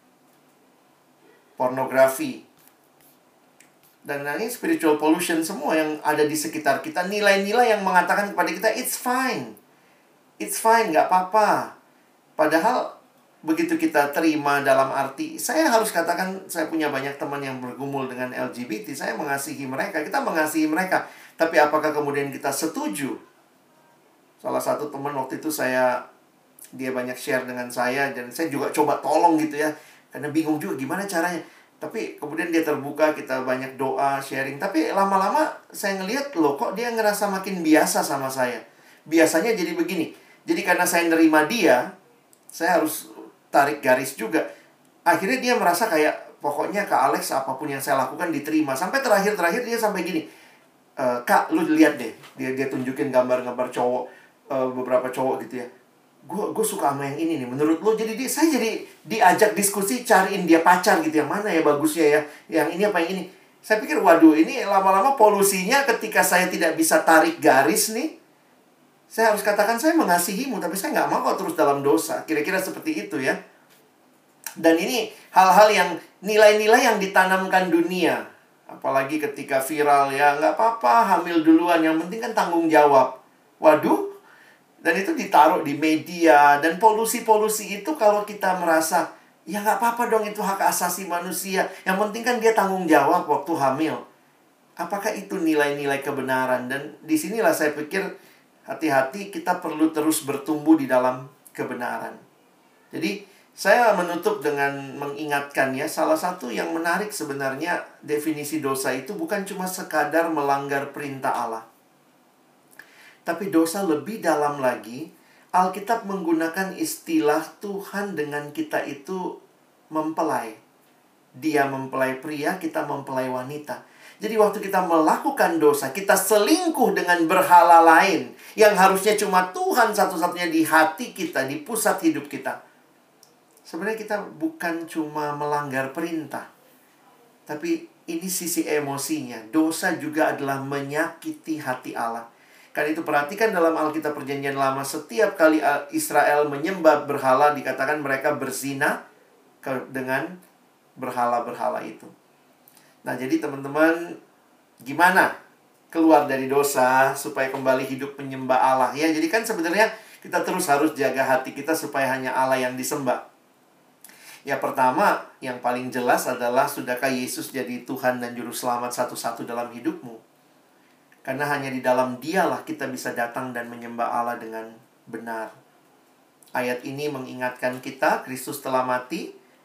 Pornografi. Dan ini spiritual pollution semua yang ada di sekitar kita, nilai-nilai yang mengatakan kepada kita it's fine. It's fine, nggak apa-apa. Padahal begitu kita terima dalam arti, saya harus katakan, saya punya banyak teman yang bergumul dengan LGBT, saya mengasihi mereka, kita mengasihi mereka. Tapi apakah kemudian kita setuju? Salah satu teman waktu itu dia banyak share dengan saya, dan saya juga coba tolong gitu ya, karena bingung juga gimana caranya. Tapi kemudian dia terbuka, kita banyak doa, sharing. Tapi lama-lama saya ngelihat, loh kok dia ngerasa makin biasa sama saya. Biasanya jadi begini, jadi karena saya nerima dia, saya harus tarik garis juga. Akhirnya dia merasa kayak, pokoknya Kak Alex apapun yang saya lakukan diterima. Sampai terakhir dia sampai gini, Kak, lu lihat deh. Dia tunjukin gambar-gambar cowok, beberapa cowok gitu ya. Gue suka sama yang ini nih, menurut lo. Jadi saya jadi diajak diskusi, cariin dia pacar gitu. Yang mana ya bagusnya ya, yang ini apa yang ini. Saya pikir, waduh, ini lama-lama polusinya ketika saya tidak bisa tarik garis nih. Saya harus katakan, saya mengasihimu, tapi saya nggak mau kau terus dalam dosa. Kira-kira seperti itu ya. Dan ini hal-hal yang, nilai-nilai yang ditanamkan dunia. Apalagi ketika viral ya, nggak apa-apa, hamil duluan, yang penting kan tanggung jawab. Waduh. Dan itu ditaruh di media. Dan polusi-polusi itu kalau kita merasa, ya nggak apa-apa dong, itu hak asasi manusia. Yang penting kan dia tanggung jawab waktu hamil. Apakah itu nilai-nilai kebenaran? Dan disinilah saya pikir, hati-hati, kita perlu terus bertumbuh di dalam kebenaran. Jadi, saya menutup dengan mengingatkan ya, salah satu yang menarik sebenarnya definisi dosa itu bukan cuma sekadar melanggar perintah Allah. Tapi dosa lebih dalam lagi. Alkitab menggunakan istilah Tuhan dengan kita itu mempelai. Dia mempelai pria, kita mempelai wanita. Jadi waktu kita melakukan dosa, kita selingkuh dengan berhala lain yang harusnya cuma Tuhan satu-satunya di hati kita, di pusat hidup kita. Sebenarnya kita bukan cuma melanggar perintah, tapi ini sisi emosinya. Dosa juga adalah menyakiti hati Allah. Karena itu perhatikan dalam Alkitab Perjanjian Lama, setiap kali Israel menyembah berhala, dikatakan mereka berzina dengan berhala-berhala itu. Nah, jadi teman-teman, gimana keluar dari dosa supaya kembali hidup menyembah Allah ya? Jadi kan sebenarnya kita terus harus jaga hati kita supaya hanya Allah yang disembah. Ya, pertama, yang paling jelas adalah, sudahkah Yesus jadi Tuhan dan Juru Selamat satu-satu dalam hidupmu? Karena hanya di dalam Dialah kita bisa datang dan menyembah Allah dengan benar. Ayat ini mengingatkan kita, Kristus telah mati,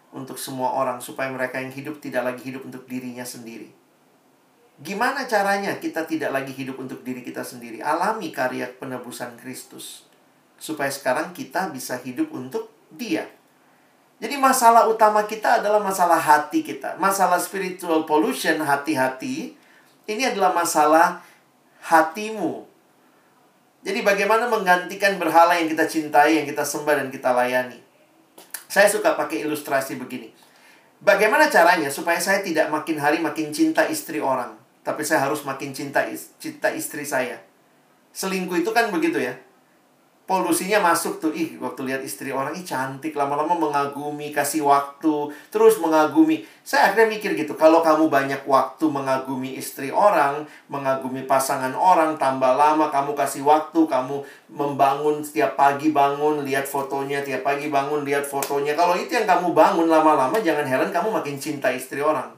untuk semua orang, supaya mereka yang hidup tidak lagi hidup untuk dirinya sendiri. Gimana caranya kita tidak lagi hidup untuk diri kita sendiri? Alami karya penebusan Kristus, supaya sekarang kita bisa hidup untuk Dia. Jadi masalah utama kita adalah masalah hati kita. Masalah spiritual pollution, hati-hati, ini adalah masalah hatimu. Jadi bagaimana menggantikan berhala yang kita cintai, yang kita sembah dan kita layani. Saya suka pakai ilustrasi begini. Bagaimana caranya supaya saya tidak makin hari makin cinta istri orang, tapi saya harus makin cinta istri saya. Selingkuh itu kan begitu ya. Polusinya masuk tuh. Waktu lihat istri orang, cantik. Lama-lama mengagumi, kasih waktu, terus mengagumi. Saya akhirnya mikir gitu, kalau kamu banyak waktu mengagumi istri orang, mengagumi pasangan orang, tambah lama kamu kasih waktu, kamu membangun setiap pagi bangun, lihat fotonya, tiap pagi bangun, lihat fotonya. Kalau itu yang kamu bangun lama-lama, jangan heran kamu makin cinta istri orang.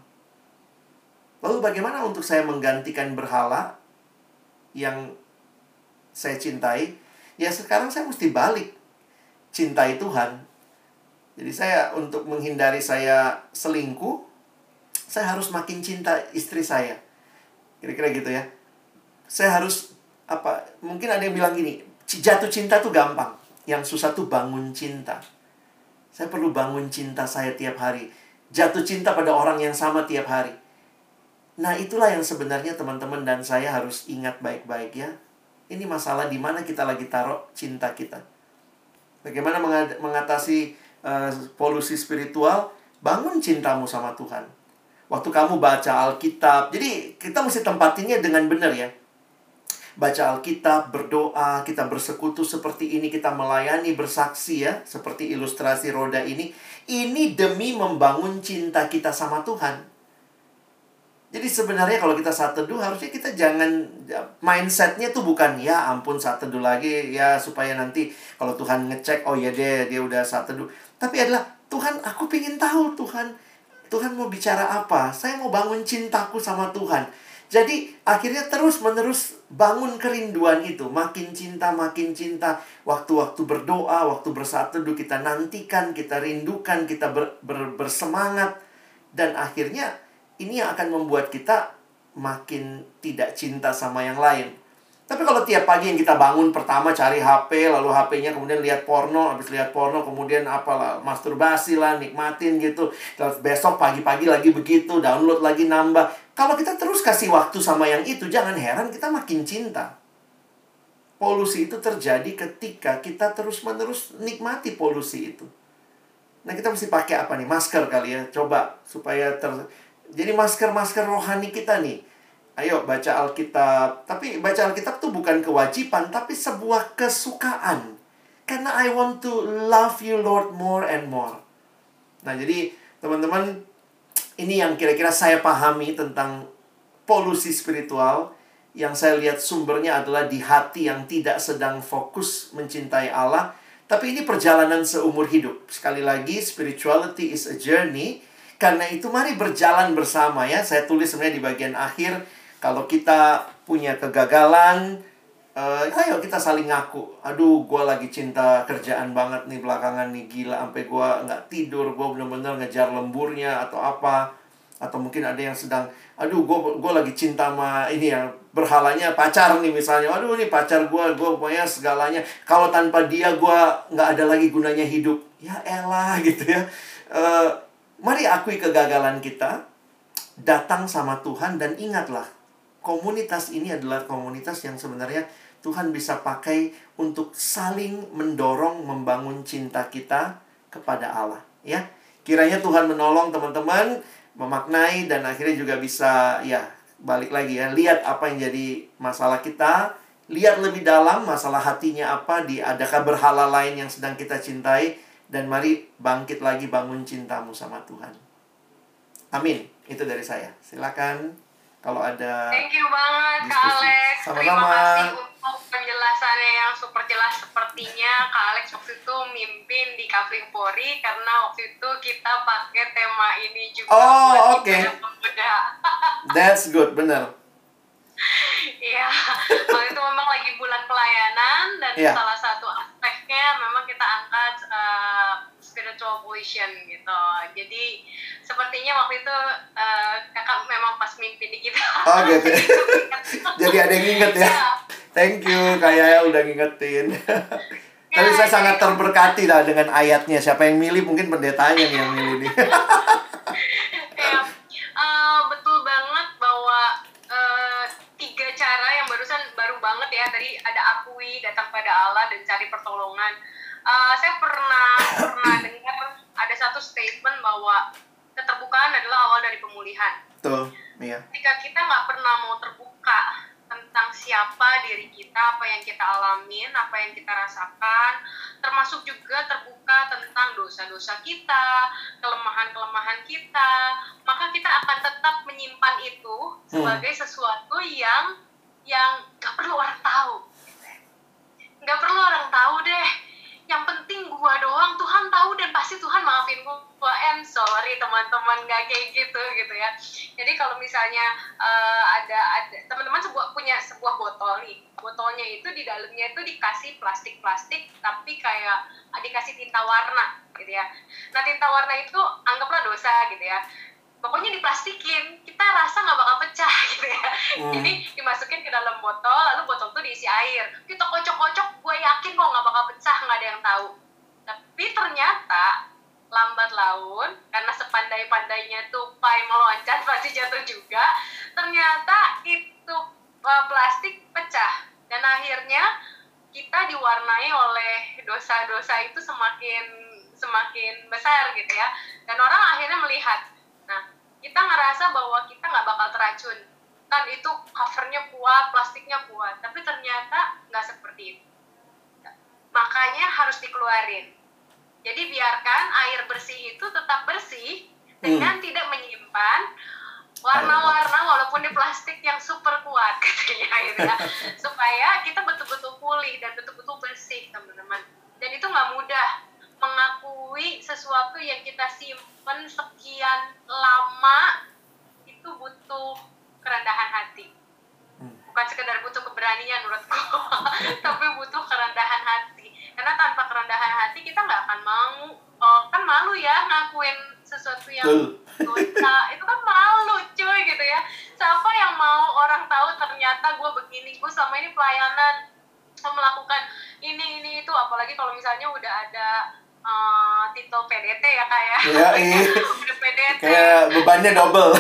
Lalu bagaimana untuk saya menggantikan berhala yang saya cintai? Ya sekarang saya mesti balik, cintai Tuhan. Jadi saya, untuk menghindari saya selingkuh, saya harus makin cinta istri saya. Kira-kira gitu ya. Saya harus, mungkin ada yang bilang gini, jatuh cinta tuh gampang, yang susah tuh bangun cinta. Saya perlu bangun cinta saya tiap hari, jatuh cinta pada orang yang sama tiap hari. Nah itulah yang sebenarnya teman-teman dan saya harus ingat baik-baik ya. Ini masalah di mana kita lagi taruh cinta kita. Bagaimana mengatasi polusi spiritual? Bangun cintamu sama Tuhan. Waktu kamu baca Alkitab, jadi kita mesti tempatinnya dengan benar ya. Baca Alkitab, berdoa, kita bersekutu seperti ini, kita melayani, bersaksi ya, seperti ilustrasi roda ini. Ini demi membangun cinta kita sama Tuhan. Jadi sebenarnya kalau kita saat teduh, harusnya kita jangan, mindsetnya tuh bukan, ya ampun saat teduh lagi, ya supaya nanti kalau Tuhan ngecek, oh ya dia udah saat teduh. Tapi adalah, Tuhan aku pengen tahu Tuhan mau bicara apa. Saya mau bangun cintaku sama Tuhan. Jadi akhirnya terus-menerus bangun kerinduan itu. Makin cinta. Waktu-waktu berdoa, waktu bersaat teduh kita nantikan, kita rindukan, kita bersemangat. Dan akhirnya ini yang akan membuat kita makin tidak cinta sama yang lain. Tapi kalau tiap pagi yang kita bangun, pertama cari HP, lalu HP-nya kemudian lihat porno, habis lihat porno kemudian masturbasi lah, nikmatin gitu. Terus besok pagi-pagi lagi begitu, download lagi nambah. Kalau kita terus kasih waktu sama yang itu, jangan heran kita makin cinta. Polusi itu terjadi ketika kita terus-menerus nikmati polusi itu. Nah kita mesti pakai apa nih? Masker kali ya, coba supaya jadi masker rohani kita nih. Ayo baca Alkitab. Tapi baca Alkitab tuh bukan kewajiban, tapi sebuah kesukaan. Karena I want to love you Lord more and more. Nah jadi teman-teman, ini yang kira-kira saya pahami tentang polusi spiritual. Yang saya lihat sumbernya adalah di hati yang tidak sedang fokus mencintai Allah. Tapi ini perjalanan seumur hidup. Sekali lagi, spirituality is a journey. Karena itu mari berjalan bersama ya. Saya tulis sebenarnya di bagian akhir, kalau kita punya kegagalan, ayo kita saling ngaku. Aduh, gue lagi cinta kerjaan banget nih belakangan nih, gila sampai gue nggak tidur, gue bener-bener ngejar lemburnya atau apa. Atau mungkin ada yang sedang, aduh gue lagi cinta sama ini ya, berhalanya pacar nih misalnya. Aduh ini pacar gue pokoknya segalanya, kalau tanpa dia gue nggak ada lagi gunanya hidup. Ya elah gitu ya. Mari akui kegagalan kita, datang sama Tuhan, dan ingatlah, komunitas ini adalah komunitas yang sebenarnya Tuhan bisa pakai untuk saling mendorong, membangun cinta kita kepada Allah. Ya, kiranya Tuhan menolong teman-teman memaknai dan akhirnya juga bisa ya balik lagi ya, lihat apa yang jadi masalah kita, lihat lebih dalam masalah hatinya apa, adakah berhala lain yang sedang kita cintai. Dan mari bangkit lagi, bangun cintamu sama Tuhan. Amin. Itu dari saya. Silakan kalau ada. Thank you banget diskusi. Kak Alex. Sama-sama. Terima kasih untuk penjelasannya yang super jelas sepertinya. Kak Alex waktu itu mimpin di Kafling Pori karena waktu itu kita pakai tema ini juga. Oh, oke. Pemuda. That's good, benar. Iya, waktu itu memang lagi bulan pelayanan dan salah satu aspeknya memang kita angkat spiritual pollution gitu. Jadi sepertinya waktu itu kakak memang pas mimpin di kita. Oh gitu. Jadi ada yang inget ya. Thank you kayak udah ngingetin. Tapi saya sangat terberkati lah dengan ayatnya. Siapa yang milih? Mungkin pendetanya nih yang milih nih. Ya, betul banget bahwa 3 cara yang baru banget ya. Tadi ada akui, datang pada Allah, dan cari pertolongan. Saya pernah dengar ada satu statement bahwa keterbukaan adalah awal dari pemulihan. Tuh, Mia. Ketika kita nggak pernah mau terbuka tentang siapa diri kita, apa yang kita alamin, apa yang kita rasakan, termasuk juga terbuka tentang dosa-dosa kita, kelemahan-kelemahan kita, maka kita akan tetap menyimpan itu sebagai sesuatu yang nggak perlu orang tahu. Nggak perlu orang tahu deh. Yang penting gua doang, Tuhan tahu dan pasti Tuhan maafin gua. Sorry teman-teman, nggak kayak gitu ya. Jadi kalau misalnya ada teman-teman punya sebuah botol nih, botolnya itu di dalamnya itu dikasih plastik tapi kayak dikasih tinta warna gitu ya. Nah, tinta warna itu anggaplah dosa gitu ya. Pokoknya diplastikin, kita rasa nggak bakal pecah gitu ya. Jadi dimasukin ke dalam botol, lalu botol itu diisi air. Kita kocok-kocok, gue yakin kok nggak bakal pecah, nggak ada yang tahu. Tapi ternyata lambat laun, karena sepandai-pandainya tupai meloncat pasti jatuh juga. Ternyata itu plastik pecah, dan akhirnya kita diwarnai oleh dosa-dosa itu semakin besar gitu ya. Dan orang akhirnya melihat. Nah, kita ngerasa bahwa kita nggak bakal teracun. Kan itu covernya kuat, plastiknya kuat. Tapi ternyata nggak seperti itu. Makanya harus dikeluarin. Jadi biarkan air bersih itu tetap bersih dengan tidak menyimpan warna-warna walaupun di plastik yang super kuat katanya gitu ya. Supaya kita betul-betul pulih dan betul-betul bersih, teman-teman. Dan itu nggak mudah. Mengakui sesuatu yang kita simpen sekian lama itu butuh kerendahan hati. Bukan sekedar butuh keberanian menurutku, tapi butuh kerendahan hati. Karena tanpa kerendahan hati kita nggak akan mau. Kan malu ya ngakuin sesuatu yang dosa. Itu kan malu cuy gitu ya. Siapa yang mau orang tahu ternyata gue begini, gue selama ini pelayanan melakukan ini itu, apalagi kalau misalnya udah ada titel PDT ya kak ya. Iya. Udah PDT. Kayak bebannya double.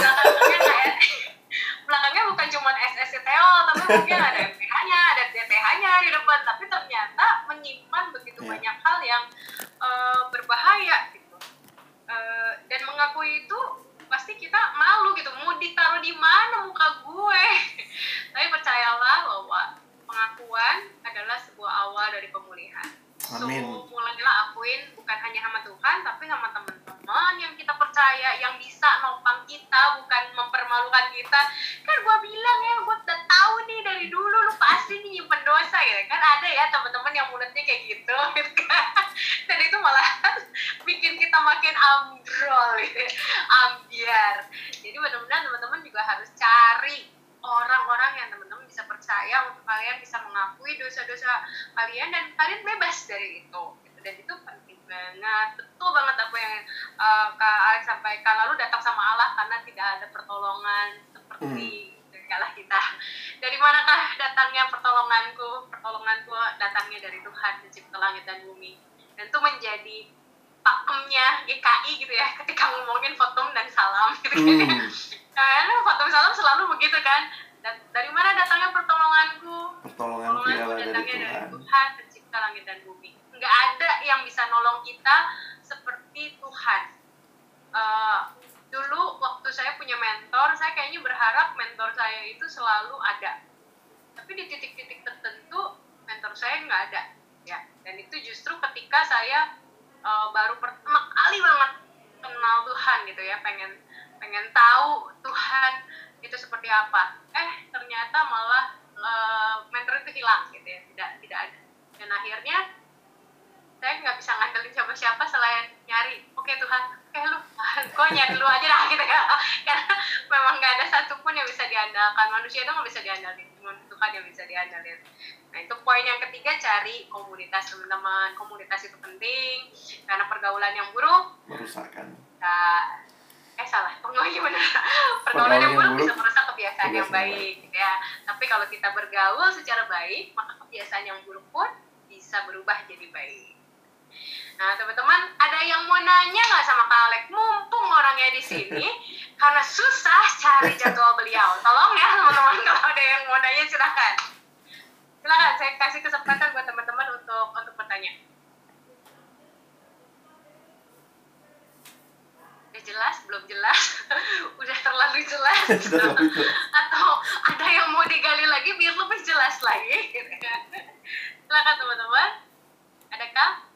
Belakangnya bukan cuma SSCTO, tapi mungkin ada MPH-nya, ada DTH-nya di depan. Tapi ternyata menyimpan begitu banyak hal yang berbahaya gitu. Dan mengakui itu pasti kita malu gitu. Mau ditaruh di mana muka gue? Tapi percayalah bahwa pengakuan adalah sebuah awal dari pemulihan. Amin. So, mulailah akuin bukan hanya sama Tuhan, tapi sama teman-teman yang kita percaya, yang bisa nopang kita, bukan mempermalukan kita. Kan gue bilang ya, gue udah tahu nih dari dulu lu pasti nih nyimpen dosa ya. Kan ada ya teman-teman yang mulutnya kayak gitu kan. Dan itu malah bikin kita makin ambrol gitu, ambiar. Jadi benar-benar teman-teman juga harus cari orang-orang yang teman-teman bisa percaya untuk kalian bisa mengakui dosa-dosa kalian dan kalian bebas dari itu. Dan itu penting banget, betul banget apa yang Kak Alex sampaikan. Lalu datang sama Allah karena tidak ada pertolongan seperti dari Allah kita. Dari manakah datangnya pertolonganku? Pertolonganku datangnya dari Tuhan pencipta langit dan bumi. Dan itu menjadi pakemnya GKI gitu ya, ketika ngomongin fotum dan salam gitu kan. Karena fotum salam selalu begitu kan. Dari mana datangnya pertolonganku? Pertolonganku datangnya dari Tuhan pencipta langit dan bumi. Nggak ada yang bisa nolong kita seperti Tuhan. Dulu waktu saya punya mentor, saya kayaknya berharap mentor saya itu selalu ada. Tapi di titik-titik tertentu mentor saya nggak ada. Ya. Dan itu justru ketika saya baru pertama kali banget kenal Tuhan gitu ya, pengen tahu Tuhan itu seperti apa. Ternyata malah mentor itu hilang gitu ya, tidak ada. Dan akhirnya saya nggak bisa ngandelin siapa-siapa selain nyari, oke Tuhan, lu gue nyari lu aja dah gitu ya. Karena memang nggak ada satupun yang bisa diandalkan. Manusia itu nggak bisa diandalkan, cuma Tuhan yang bisa diandalkan. Nah itu poin yang ketiga, cari komunitas teman-teman. Komunitas itu penting karena pergaulan yang buruk Merusakkan. Pergaulan yang buruk bisa merusak kebiasaan yang baik gitu ya. Tapi kalau kita bergaul secara baik, maka kebiasaan yang buruk pun bisa berubah jadi baik. Nah teman-teman, ada yang mau nanya nggak sama Kak Alex? Mumpung orangnya di sini, karena susah cari jadwal beliau. Tolong ya teman-teman, kalau ada yang mau nanya silakan. Silakan, saya kasih kesempatan buat teman-teman untuk bertanya. Udah jelas? Belum jelas? Udah terlalu jelas? Atau ada yang mau digali lagi biar lebih jelas lagi? Silakan teman-teman. Adakah?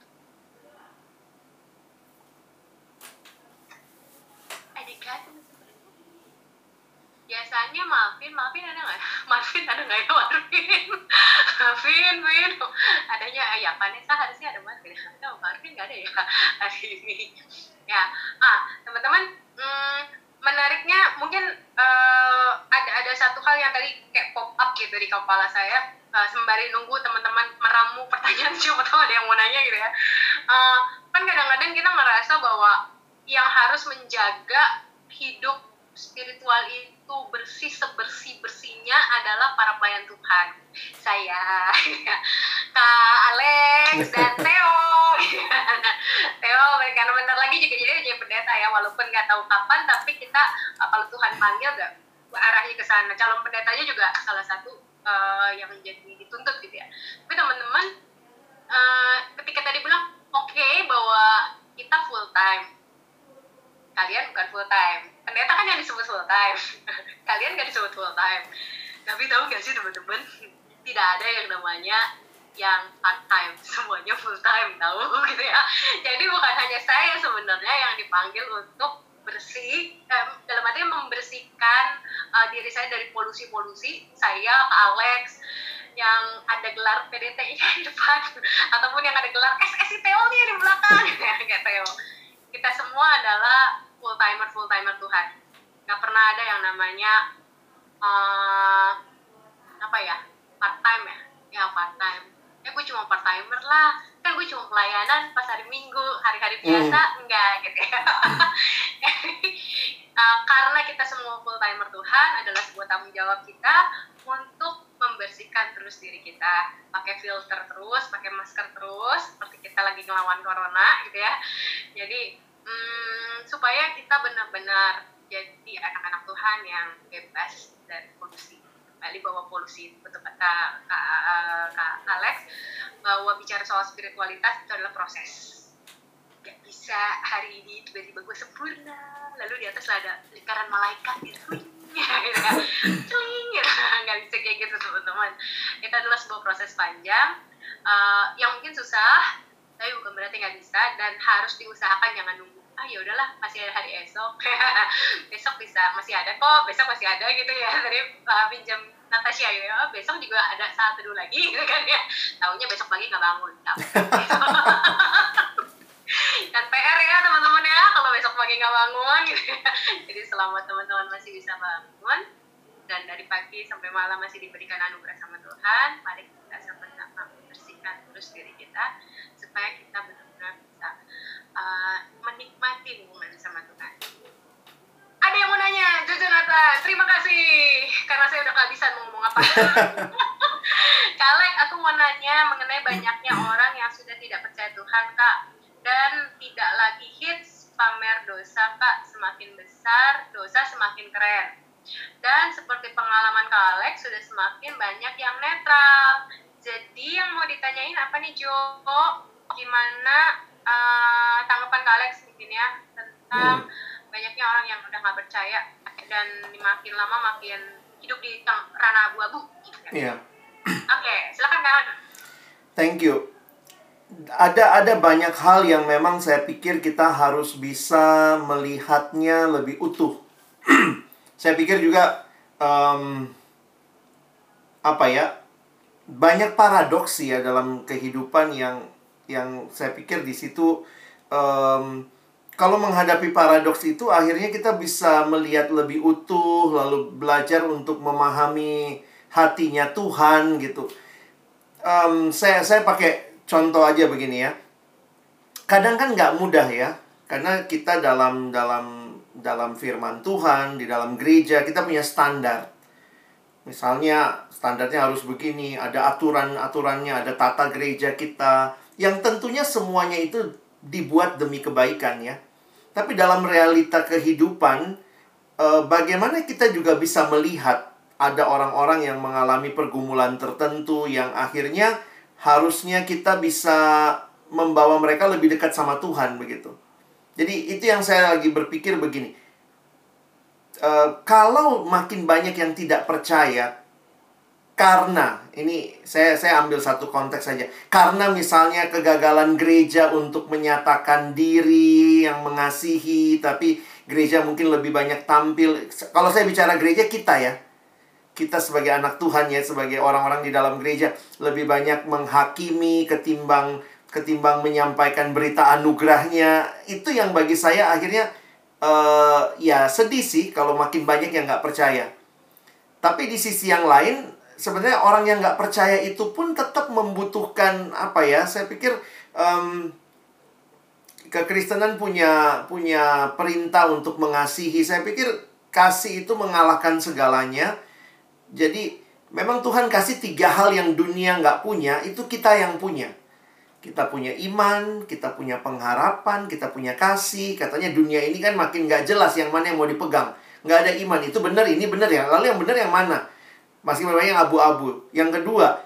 Biasanya Marvin ada nggak? Marvin ada nggak ya Marvin? Adanya ya Vanessa harusnya ada Marvin. No, Marvin nggak ada ya hari ini. Ya, teman-teman, menariknya mungkin ada satu hal yang tadi kayak pop up gitu di kepala saya sembari nunggu teman-teman meramu pertanyaan siapa tahu ada yang mau nanya gitu ya. Kan kadang-kadang kita ngerasa bahwa yang harus menjaga hidup spiritual itu bersih sebersih-bersihnya adalah para pelayan Tuhan. Saya, Kak Alex dan Theo. Theo karena bentar lagi juga jadi pendeta ya, walaupun nggak tahu kapan, tapi kita kalau Tuhan panggil nggak arahnya ke sana. Calon pendetanya juga salah satu yang menjadi dituntut gitu ya. Tapi teman-teman, ketika tadi bilang oke, bahwa kita full time. Kalian bukan full time. Pendeta kan yang disebut full time. Kalian gak disebut full time. Tapi tahu gak sih teman-teman, tidak ada yang namanya yang part time. Semuanya full time, tahu gitu ya. Jadi bukan hanya saya sebenarnya yang dipanggil untuk bersih, dalam artinya membersihkan diri saya dari polusi-polusi. Saya, Kak Alex, yang ada gelar PDT-nya di depan, ataupun yang ada gelar SSITO-nya di belakang, kayak Theo. Kita semua adalah full timer Tuhan. Gak pernah ada yang namanya part time ya part time. Gue cuma part timer lah. Kan gue cuma pelayanan pas hari Minggu, hari-hari biasa enggak gitu ya. Karena kita semua full timer Tuhan, adalah sebuah tanggung jawab kita untuk membersihkan terus diri kita, pakai filter terus, pakai masker terus, seperti kita lagi ngelawan corona gitu ya. Jadi supaya kita benar-benar jadi anak-anak Tuhan yang bebas dari polusi. Kembali bahwa polusi, betul kata Kak Alex, bahwa bicara soal spiritualitas itu adalah proses. Gak bisa hari ini tiba-tiba gue sempurna, lalu di atas ada lingkaran malaikat gitu, celing gitu. Gak bisa kayak gitu teman-teman. Itu adalah sebuah proses panjang yang mungkin susah, tapi bukan berarti nggak bisa, dan harus diusahakan. Jangan nunggu ya udahlah masih ada hari esok. Besok bisa, masih ada kok, besok masih ada gitu ya. Tadi pinjam Natasha ya, besok juga ada saat teduh lagi gitu kan ya. Taunya besok pagi nggak bangun. Dan PR ya teman-teman ya, kalau besok pagi nggak bangun gitu ya. Jadi selama teman-teman masih bisa bangun dan dari pagi sampai malam masih diberikan anugerah sama Tuhan, mari kita sama-sama membersihkan terus diri kita supaya kita benar-benar bisa menikmati hubungan sama Tuhan. Ada yang mau nanya? Jujur Nata, terima kasih karena saya udah kehabisan mau ngomong apa. Kalek, aku mau nanya mengenai banyaknya orang yang sudah tidak percaya Tuhan, Kak, dan tidak lagi hits pamer dosa, Kak. Semakin besar, dosa semakin keren. Dan seperti pengalaman Kak Alex, sudah semakin banyak yang netral. Jadi yang mau ditanyain apa nih, Jo? Gimana tanggapan Kak Alex mungkin ya tentang banyaknya orang yang udah nggak percaya dan makin lama makin hidup di ranah abu-abu gitu kan? Iya. Oke, silakan Kak. Thank you. Ada banyak hal yang memang saya pikir kita harus bisa melihatnya lebih utuh. Saya pikir juga banyak paradoks ya dalam kehidupan yang saya pikir di situ kalau menghadapi paradoks itu akhirnya kita bisa melihat lebih utuh, lalu belajar untuk memahami hatinya Tuhan gitu. Saya pakai contoh aja begini ya. Kadang kan nggak mudah ya, karena kita dalam firman Tuhan, di dalam gereja kita punya standar. Misalnya standarnya harus begini, ada aturan-aturannya, ada tata gereja kita, yang tentunya semuanya itu dibuat demi kebaikan ya. Tapi dalam realita kehidupan, bagaimana kita juga bisa melihat ada orang-orang yang mengalami pergumulan tertentu yang akhirnya harusnya kita bisa membawa mereka lebih dekat sama Tuhan begitu. Jadi itu yang saya lagi berpikir begini. Kalau makin banyak yang tidak percaya, karena ini saya ambil satu konteks saja. Karena misalnya kegagalan gereja untuk menyatakan diri yang mengasihi, tapi gereja mungkin lebih banyak tampil. Kalau saya bicara gereja kita ya, kita sebagai anak Tuhan ya, sebagai orang-orang di dalam gereja lebih banyak menghakimi ketimbang menyampaikan berita anugerahnya. Itu yang bagi saya akhirnya ya sedih sih kalau makin banyak yang nggak percaya. Tapi di sisi yang lain, sebenarnya orang yang nggak percaya itu pun tetap membutuhkan apa ya? Saya pikir kekristenan punya perintah untuk mengasihi. Saya pikir kasih itu mengalahkan segalanya. Jadi memang Tuhan kasih 3 hal yang dunia nggak punya, itu kita yang punya. Kita punya iman, kita punya pengharapan, kita punya kasih. Katanya dunia ini kan makin nggak jelas yang mana yang mau dipegang. Nggak ada iman, itu benar, ini benar ya. Lalu yang benar yang mana? Masih banyak yang abu-abu. Yang kedua,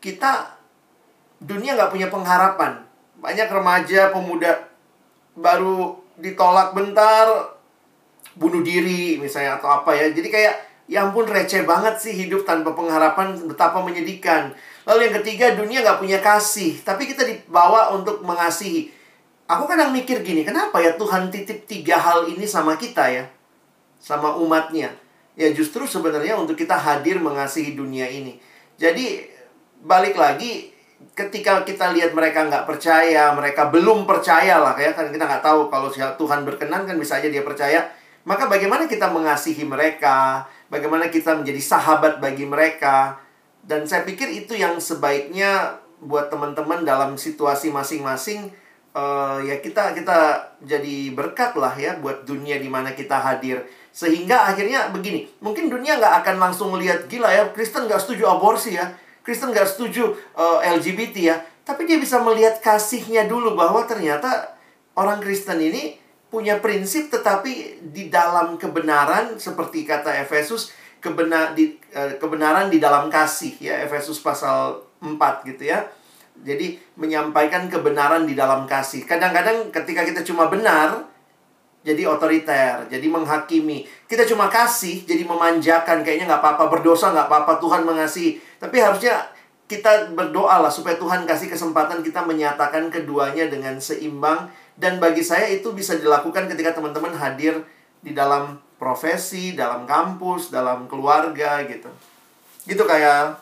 dunia nggak punya pengharapan. Banyak remaja, pemuda baru ditolak bentar, bunuh diri misalnya atau apa ya. Jadi kayak, ya ampun receh banget sih hidup tanpa pengharapan, betapa menyedihkan. Lalu yang ketiga, dunia nggak punya kasih, tapi kita dibawa untuk mengasihi. Aku kadang mikir gini, kenapa ya Tuhan titip 3 hal ini sama kita ya? Sama umatnya. Ya justru sebenarnya untuk kita hadir mengasihi dunia ini. Jadi balik lagi, ketika kita lihat mereka nggak percaya, mereka belum percaya lah ya, kan kita nggak tahu kalau Tuhan berkenan kan bisa aja dia percaya. Maka bagaimana kita mengasihi mereka? Bagaimana kita menjadi sahabat bagi mereka? Dan saya pikir itu yang sebaiknya buat teman-teman dalam situasi masing-masing. Ya kita jadi berkat lah ya buat dunia di mana kita hadir. Sehingga akhirnya begini, mungkin dunia nggak akan langsung melihat, gila ya, Kristen nggak setuju aborsi ya, Kristen nggak setuju LGBT ya. Tapi dia bisa melihat kasihnya dulu, bahwa ternyata orang Kristen ini punya prinsip, tetapi di dalam kebenaran, seperti kata Efesus, kebenaran di dalam kasih ya, Efesus pasal 4 gitu ya. Jadi menyampaikan kebenaran di dalam kasih. Kadang-kadang ketika kita cuma benar, jadi otoriter, jadi menghakimi. Kita cuma kasih, jadi memanjakan. Kayaknya nggak apa-apa, berdosa nggak apa-apa, Tuhan mengasihi. Tapi harusnya kita berdoa lah supaya Tuhan kasih kesempatan kita menyatakan keduanya dengan seimbang. Dan bagi saya itu bisa dilakukan ketika teman-teman hadir di dalam profesi, dalam kampus, dalam keluarga gitu. Gitu kayak.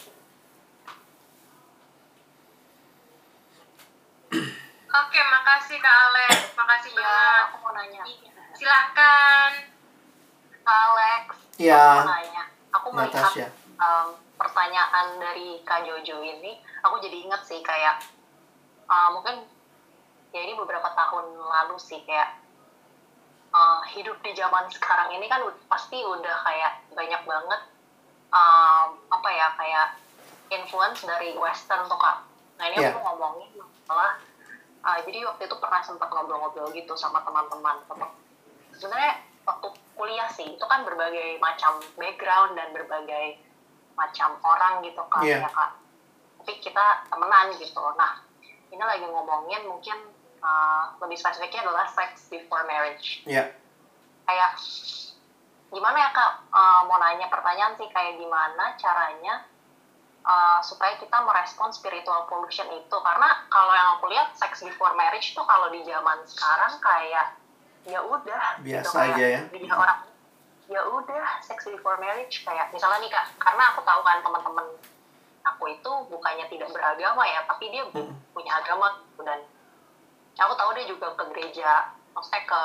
Oke, makasih Kak Alex. Makasih Ya, banget. aku mau nanya. Silahkan. Kak Alex, Ya, aku mau nanya. Aku melihat Natasha. pertanyaan dari Kak Jojo ini, aku jadi inget sih kayak mungkin ya ini beberapa tahun lalu sih, kayak hidup di zaman sekarang ini kan pasti udah kayak banyak banget apa ya, kayak influence dari Western tuh Kak. Nah ini Yeah. aku ngomongin masalah jadi waktu itu pernah sempat ngobrol-ngobrol gitu sama teman-teman. Sebenarnya waktu kuliah sih itu kan berbagai macam background dan berbagai macam orang gitu kan, Yeah. ya Kak. Tapi kita temenan gitu. Nah ini lagi ngomongin mungkin lebih spesifiknya adalah sex before marriage. Ya. Kayak gimana ya Kak, mau nanya pertanyaan sih, kayak gimana caranya supaya kita merespon spiritual pollution itu. Karena kalau yang aku lihat sex before marriage tuh kalau di zaman sekarang kayak ya udah Biasa gitu, kayak aja ya. dia orang ya udah sex before marriage. Kayak misalnya nih Kak, karena aku tahu kan teman-teman aku itu bukannya tidak beragama ya, tapi dia punya agama gitu. Dan aku tahu dia juga ke gereja maksudnya ke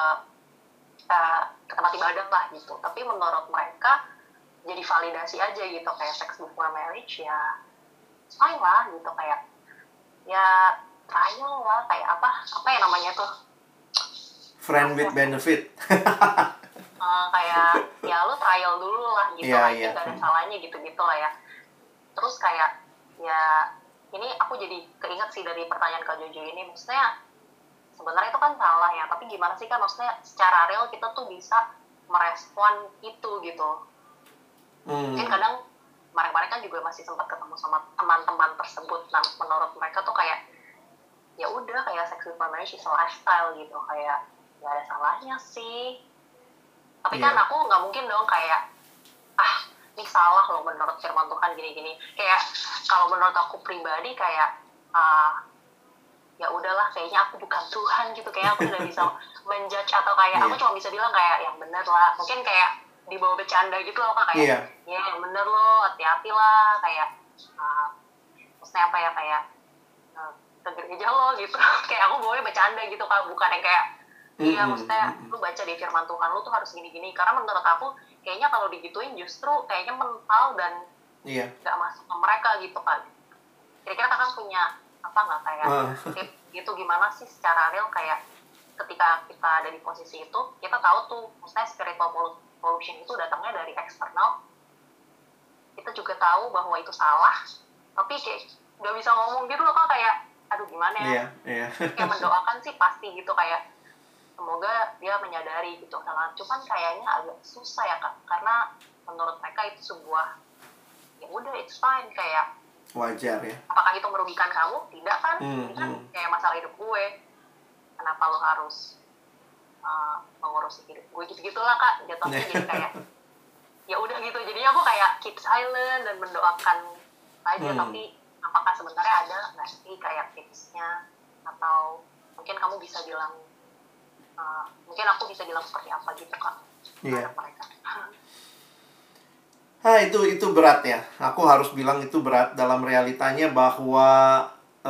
tempat ibadah lah gitu. Tapi menurut mereka jadi validasi aja gitu, kayak sex before marriage ya fine lah gitu, kayak ya trial lah, kayak apa ya namanya tuh, Friend with benefit. kayak ya lu trial dulu lah gitu, Iya. gak ada salahnya gitu-gitu lah ya. Terus kayak ya ini aku jadi keinget sih dari pertanyaan Kak Jojo ini, maksudnya sebenarnya itu kan salah ya, tapi gimana sih kan, maksudnya secara real kita tuh bisa merespon itu gitu. Mungkin kadang kemarin kan juga masih sempat ketemu sama teman-teman tersebut. Nah, menurut mereka tuh kayak ya udah, kayak sex before marriage is a lifestyle gitu, kayak nggak ada salahnya sih. Tapi kan aku nggak mungkin dong kayak ini salah loh menurut firman Tuhan gini-gini. Kayak kalau menurut aku pribadi kayak ya udahlah, kayaknya aku bukan Tuhan gitu, kayak aku tidak bisa menjudge atau kayak aku cuma bisa bilang kayak yang benar lah. Mungkin kayak dibawa bercanda gitu loh Kak, kayak ya yang bener loh, hati-hati lah, kayak maksudnya apa ya, kayak ke gereja lo gitu. Kayak aku bawanya bercanda gitu Kak, bukan yang kayak iya, maksudnya lu baca di firman Tuhan lu tuh harus gini-gini. Karena menurut aku kayaknya kalau digituin justru kayaknya mental dan gak masuk ke mereka gitu kan. Kira-kira Kakak punya apa nggak kayak tip gitu, gimana sih secara real kayak ketika kita ada di posisi itu, kita tahu tuh maksudnya spiritual pollution itu datangnya dari eksternal, kita juga tahu bahwa itu salah, tapi kayak nggak bisa ngomong gitu loh Kak, kayak aduh gimana ya. Kayak mendoakan sih pasti gitu, kayak semoga dia menyadari gitu. Cuman kayaknya agak susah ya Kak, karena menurut mereka itu sebuah ya udah it's fine, kayak wajar ya. Apakah itu merugikan kamu? Tidak kan? Ini kan kayak masalah hidup gue. Kenapa lo harus mengurusi hidup gue gitu-gitulah Kak. Jatuhnya jadi kayak ya udah gitu. Jadinya aku kayak keep silent dan mendoakan aja. Tapi apakah sebenarnya ada nggak sih kayak tipsnya, atau mungkin kamu bisa bilang mungkin aku bisa bilang seperti apa gitu Kak terhadap mereka. Itu berat ya. Aku harus bilang itu berat dalam realitanya, bahwa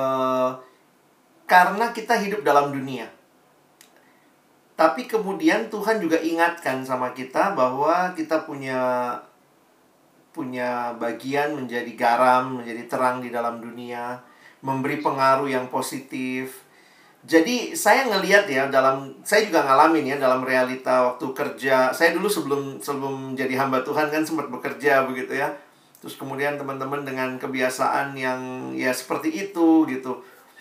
karena kita hidup dalam dunia. Tapi kemudian Tuhan juga ingatkan sama kita bahwa kita punya bagian menjadi garam, menjadi terang di dalam dunia, memberi pengaruh yang positif. Jadi saya ngelihat ya, saya juga ngalamin ya dalam realita waktu kerja. Saya dulu sebelum jadi hamba Tuhan kan sempat bekerja begitu ya. Terus kemudian teman-teman dengan kebiasaan yang ya seperti itu gitu,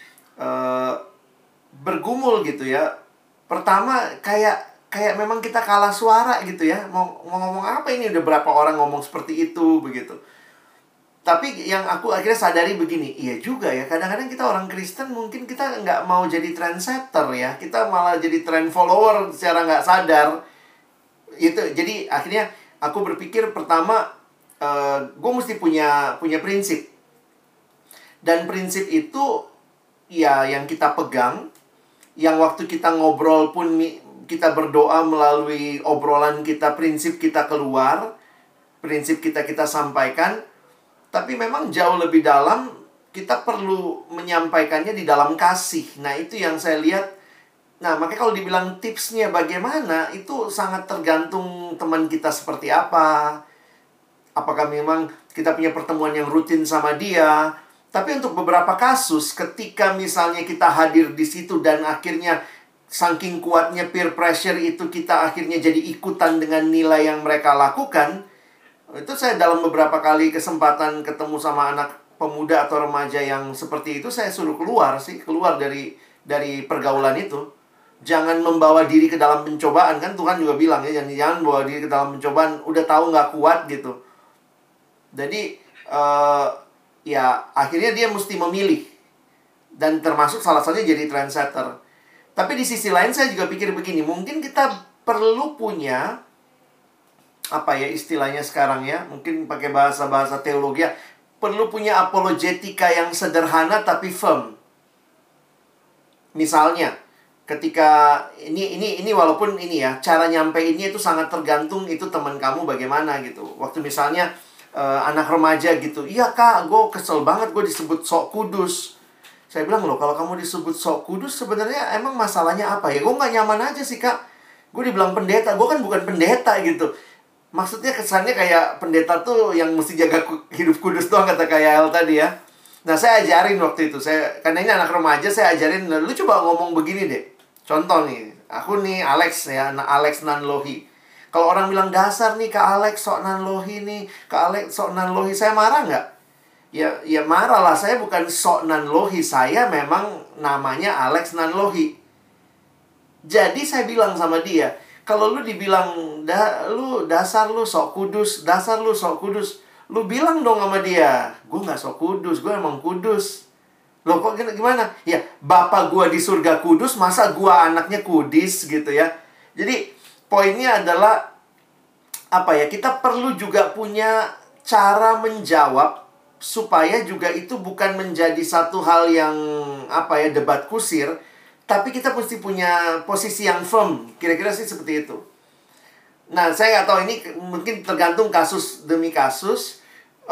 bergumul gitu ya. Pertama kayak memang kita kalah suara gitu ya. Mau ngomong apa ini, udah berapa orang ngomong seperti itu begitu. Tapi yang aku akhirnya sadari begini, iya juga ya, kadang-kadang kita orang Kristen mungkin kita nggak mau jadi trendsetter ya, kita malah jadi trend follower secara nggak sadar. Itu jadi akhirnya aku berpikir pertama, gue mesti punya prinsip. Dan prinsip itu ya yang kita pegang, yang waktu kita ngobrol pun kita berdoa melalui obrolan kita, prinsip kita keluar, prinsip kita sampaikan. Tapi memang jauh lebih dalam, kita perlu menyampaikannya di dalam kasih. Nah, itu yang saya lihat. Nah, makanya kalau dibilang tipsnya bagaimana, itu sangat tergantung teman kita seperti apa. Apakah memang kita punya pertemuan yang rutin sama dia. Tapi untuk beberapa kasus, ketika misalnya kita hadir di situ dan akhirnya saking kuatnya peer pressure itu, kita akhirnya jadi ikutan dengan nilai yang mereka lakukan. Itu saya dalam beberapa kali kesempatan ketemu sama anak pemuda atau remaja yang seperti itu, saya suruh keluar dari pergaulan itu. Jangan membawa diri ke dalam pencobaan, kan Tuhan juga bilang ya, jangan bawa diri ke dalam pencobaan udah tahu nggak kuat gitu. Jadi ya akhirnya dia mesti memilih, dan termasuk salah satunya jadi trendsetter. Tapi di sisi lain saya juga pikir begini, mungkin kita perlu punya apa ya istilahnya sekarang ya, mungkin pakai bahasa teologi ya, perlu punya apologetika yang sederhana tapi firm. Misalnya ketika ini walaupun ini ya, cara nyampeinnya itu sangat tergantung itu teman kamu bagaimana gitu. Waktu misalnya anak remaja gitu, iya Kak, gue kesel banget gue disebut sok kudus. Saya bilang, loh kalau kamu disebut sok kudus sebenarnya emang masalahnya apa ya? Gue nggak nyaman aja sih kak. Gue dibilang pendeta, gue kan bukan pendeta gitu. Maksudnya kesannya kayak pendeta tuh yang mesti jaga hidup kudus doang, kata kayak El tadi ya. Nah saya ajarin waktu itu, karena ini anak remaja, saya ajarin, lu coba ngomong begini deh. Contoh nih, aku nih Alex ya, Alex Nanlohi. Kalau orang bilang dasar nih Kak Alex sok Nanlohi nih, Kak Alex sok Nanlohi, saya marah nggak? Ya marah lah, saya bukan sok Nanlohi, saya memang namanya Alex Nanlohi. Jadi saya bilang sama dia, kalau lu dibilang lu dasar lu sok kudus, dasar lu sok kudus, lu bilang dong sama dia, gue nggak sok kudus, gue emang kudus. Loh kok gimana? Ya bapak gue di surga kudus, masa gue anaknya kudis gitu ya. Jadi poinnya adalah apa ya? Kita perlu juga punya cara menjawab supaya juga itu bukan menjadi satu hal yang apa ya, debat kusir, tapi kita mesti punya posisi yang firm. Kira-kira sih seperti itu. Nah, saya nggak tahu, ini mungkin tergantung kasus demi kasus.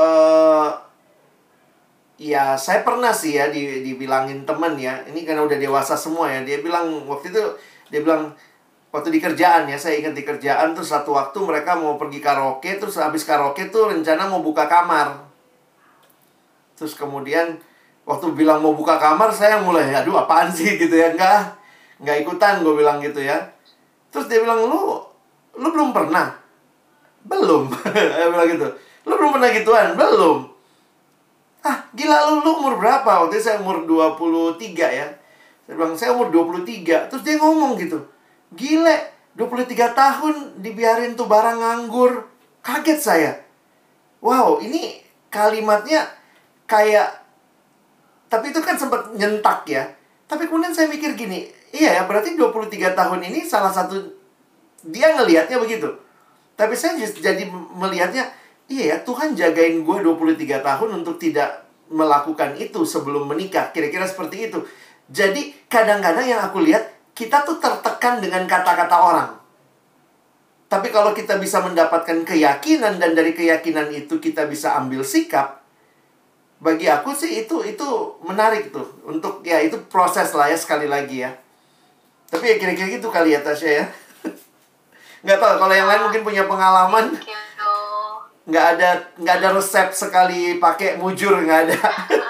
Ya, saya pernah sih ya dibilangin temen ya. Ini karena udah dewasa semua ya. Dia bilang waktu itu, dia bilang waktu di kerjaan ya, saya ingat di kerjaan tuh satu waktu mereka mau pergi karaoke, terus habis karaoke tuh rencana mau buka kamar. Terus kemudian waktu bilang mau buka kamar, saya mulai, aduh apaan sih gitu ya. Nggak ikutan, gue bilang gitu ya. Terus dia bilang, lu belum pernah? Belum. Dia bilang gitu. Lu belum pernah gituan? Belum. Ah, gila lu umur berapa? Waktu itu saya umur 23 ya. Saya bilang, saya umur 23. Terus dia ngomong gitu, gile, 23 tahun dibiarin tuh barang nganggur. Kaget saya. Wow, ini kalimatnya kayak, tapi itu kan sempat nyentak ya. Tapi kemudian saya mikir gini, iya ya, berarti 23 tahun ini salah satu, dia ngelihatnya begitu. Tapi saya jadi melihatnya, iya ya, Tuhan jagain gue 23 tahun untuk tidak melakukan itu sebelum menikah. Kira-kira seperti itu. Jadi kadang-kadang yang aku lihat, kita tuh tertekan dengan kata-kata orang. Tapi kalau kita bisa mendapatkan keyakinan, dan dari keyakinan itu kita bisa ambil sikap, bagi aku sih itu menarik tuh. Untuk ya itu proses lah ya, sekali lagi ya. Tapi ya kira-kira gitu kali ya Tasya ya. Nggak tahu kalau yang lain mungkin punya pengalaman. Nggak ada resep sekali pakai mujur, nggak ada.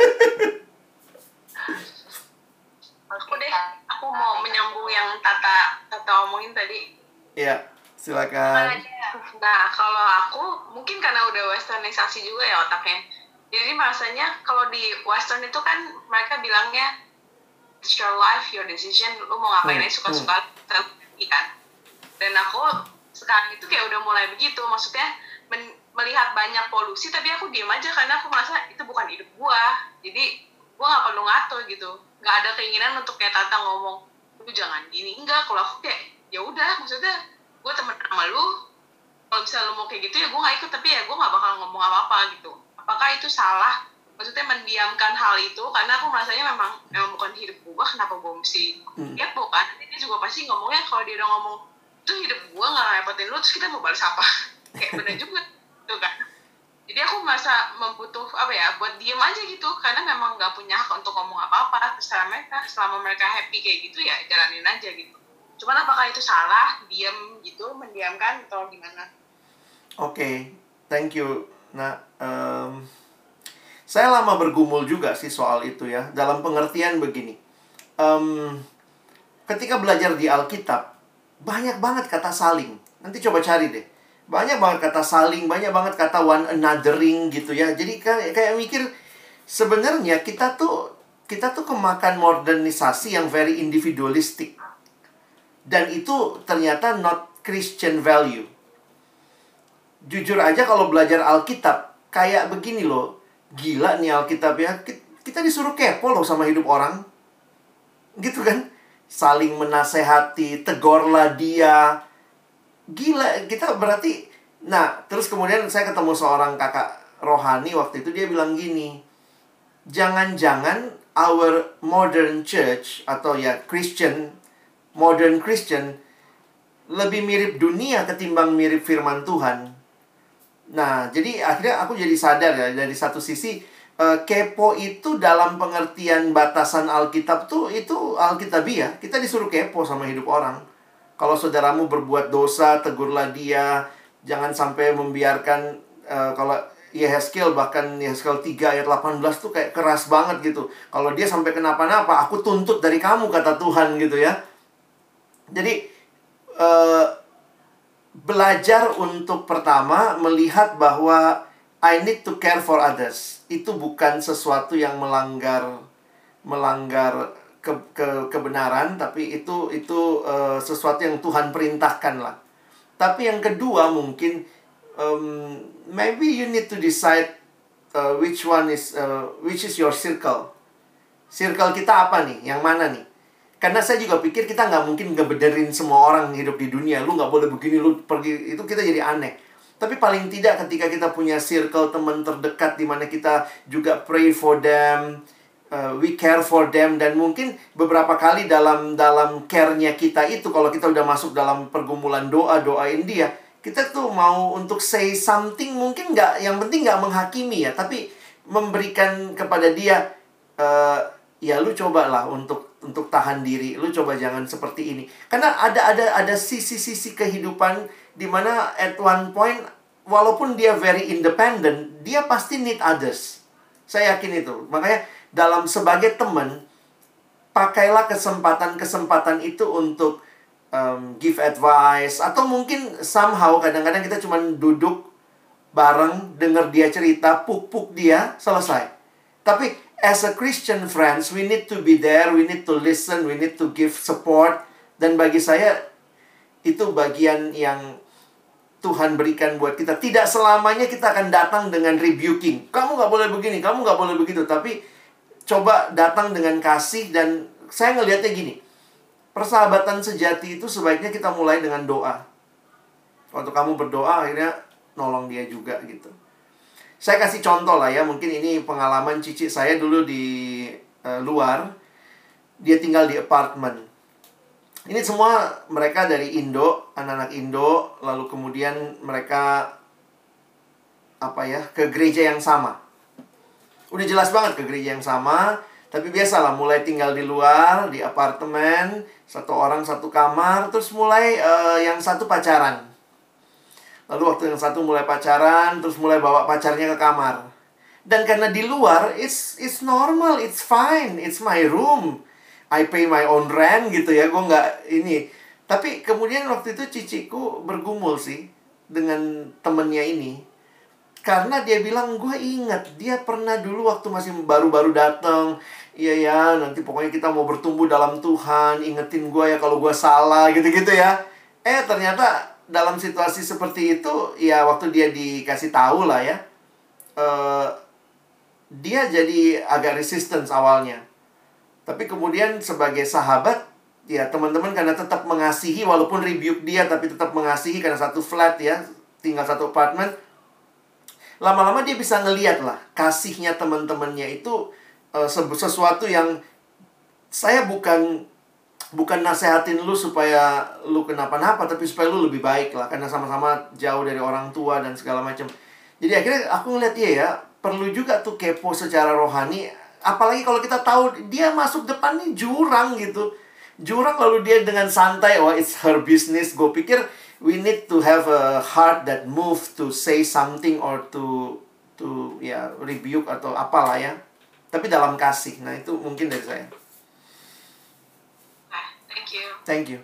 Aku mau menyambung yang Tata omongin tadi. Iya, silakan. Nah, kalau aku mungkin karena udah westernisasi juga ya otaknya. Jadi rasanya kalau di Western itu kan mereka bilangnya it's your life, your decision, lu mau ngapain aja suka-suka kan. Dan aku sekarang itu kayak udah mulai begitu, maksudnya melihat banyak polusi tapi aku diem aja karena aku merasa itu bukan hidup gua. Jadi gua nggak perlu ngatur gitu, nggak ada keinginan untuk kayak Tata ngomong lu jangan gini. Enggak, kalau aku kayak ya udah, maksudnya gua temen sama lu, kalau misalnya lu mau kayak gitu ya gua nggak ikut, tapi ya gua nggak bakal ngomong apa-apa gitu. Apakah itu salah? Maksudnya mendiamkan hal itu karena aku merasanya memang bukan hidup gua, kenapa gua mesti lihat bukan? Dia juga pasti ngomongnya, kalau dia udah ngomong itu hidup gua nggak ngerepotin lu, terus kita mau balas apa? Kayak bener juga tuh kan. Jadi aku merasa membutuh buat diem aja gitu, karena memang nggak punya hak untuk ngomong apa-apa. Terserah mereka, selama mereka happy kayak gitu ya jalanin aja gitu. Cuman apakah itu salah diem gitu, mendiamkan atau gimana? Oke, thank you. Nah, saya lama bergumul juga sih soal itu ya. Dalam pengertian begini, ketika belajar di Alkitab, banyak banget kata saling. Nanti coba cari deh. Banyak banget kata saling, banyak banget kata one anothering gitu ya. Jadi kayak mikir, sebenarnya kita tuh kemakan modernisasi yang very individualistic. Dan itu ternyata not Christian value. Jujur aja kalau belajar Alkitab, kayak begini loh. Gila nih Alkitab ya. Kita disuruh kepo loh sama hidup orang. Gitu kan. Saling menasehati, tegurlah dia. Gila, kita berarti. Nah, terus kemudian saya ketemu seorang kakak rohani waktu itu. Dia bilang gini, jangan-jangan our modern church, atau ya modern Christian, lebih mirip dunia ketimbang mirip firman Tuhan. Nah, jadi akhirnya aku jadi sadar ya, dari satu sisi kepo itu dalam pengertian batasan Alkitab tuh itu Alkitabiah. Kita disuruh kepo sama hidup orang. Kalau saudaramu berbuat dosa, tegurlah dia. Jangan sampai membiarkan, kalau Yehezkiel, bahkan Yehezkiel 3 ayat 18 tuh kayak keras banget gitu. Kalau dia sampai kenapa-napa, aku tuntut dari kamu, kata Tuhan gitu ya. Jadi belajar untuk pertama melihat bahwa I need to care for others. Itu bukan sesuatu yang melanggar kebenaran, tapi itu sesuatu yang Tuhan perintahkan lah. Tapi yang kedua mungkin maybe you need to decide which is your circle. Circle kita apa nih? Yang mana nih? Karena saya juga pikir kita nggak mungkin ngebenerin semua orang hidup di dunia. Lu nggak boleh begini, lu pergi. Itu kita jadi aneh. Tapi paling tidak ketika kita punya circle teman terdekat di mana kita juga pray for them, we care for them. Dan mungkin beberapa kali dalam care-nya kita itu, kalau kita udah masuk dalam pergumulan doain dia, kita tuh mau untuk say something, mungkin nggak, yang penting nggak menghakimi ya, tapi memberikan kepada dia, ya lu cobalah untuk tahan diri, lu coba jangan seperti ini. Karena ada sisi-sisi kehidupan di mana at one point, walaupun dia very independent, dia pasti need others. Saya yakin itu. Makanya sebagai teman, pakailah kesempatan itu untuk give advice. Atau mungkin somehow kadang-kadang kita cuma duduk bareng, dengar dia cerita, puk-puk dia, selesai. Tapi as a Christian friends, we need to be there, we need to listen, we need to give support. Dan bagi saya, itu bagian yang Tuhan berikan buat kita. Tidak selamanya kita akan datang dengan rebuking. Kamu nggak boleh begini, kamu nggak boleh begitu. Tapi coba datang dengan kasih. Dan saya ngelihatnya gini, persahabatan sejati itu sebaiknya kita mulai dengan doa. Waktu kamu berdoa, akhirnya nolong dia juga gitu. Saya kasih contoh lah ya, mungkin ini pengalaman cici saya dulu di luar. Dia tinggal di apartemen. Ini semua mereka dari Indo, anak-anak Indo. Lalu kemudian mereka ke gereja yang sama. Udah jelas banget ke gereja yang sama. Tapi biasalah, mulai tinggal di luar, di apartemen, satu orang satu kamar. Terus mulai yang satu pacaran. Lalu waktu yang satu mulai pacaran, terus mulai bawa pacarnya ke kamar. Dan karena di luar, it's normal, it's fine, it's my room. I pay my own rent gitu ya, gue nggak ini. Tapi kemudian waktu itu ciciku bergumul sih dengan temennya ini. Karena dia bilang, gue ingat, dia pernah dulu waktu masih baru-baru datang. Iya ya, nanti pokoknya kita mau bertumbuh dalam Tuhan, ingetin gue ya kalau gue salah, gitu-gitu ya. Ternyata dalam situasi seperti itu, ya waktu dia dikasih tahu lah ya, dia jadi agak resistance awalnya. Tapi kemudian sebagai sahabat, ya teman-teman karena tetap mengasihi, walaupun rebuke dia, tapi tetap mengasihi karena satu flat ya, tinggal satu apartemen. Lama-lama dia bisa ngeliat lah, kasihnya teman-temannya itu sesuatu yang saya bukan nasehatin lu supaya lu kenapa-napa, tapi supaya lu lebih baik lah. Karena sama-sama jauh dari orang tua dan segala macam. Jadi akhirnya aku ngeliat dia ya, perlu juga tuh kepo secara rohani. Apalagi kalau kita tahu dia masuk depan nih jurang gitu. Jurang lalu dia dengan santai, it's her business. Gue pikir we need to have a heart that move to say something or to rebuke atau apalah ya. Tapi dalam kasih. Nah itu mungkin dari saya. Thank you.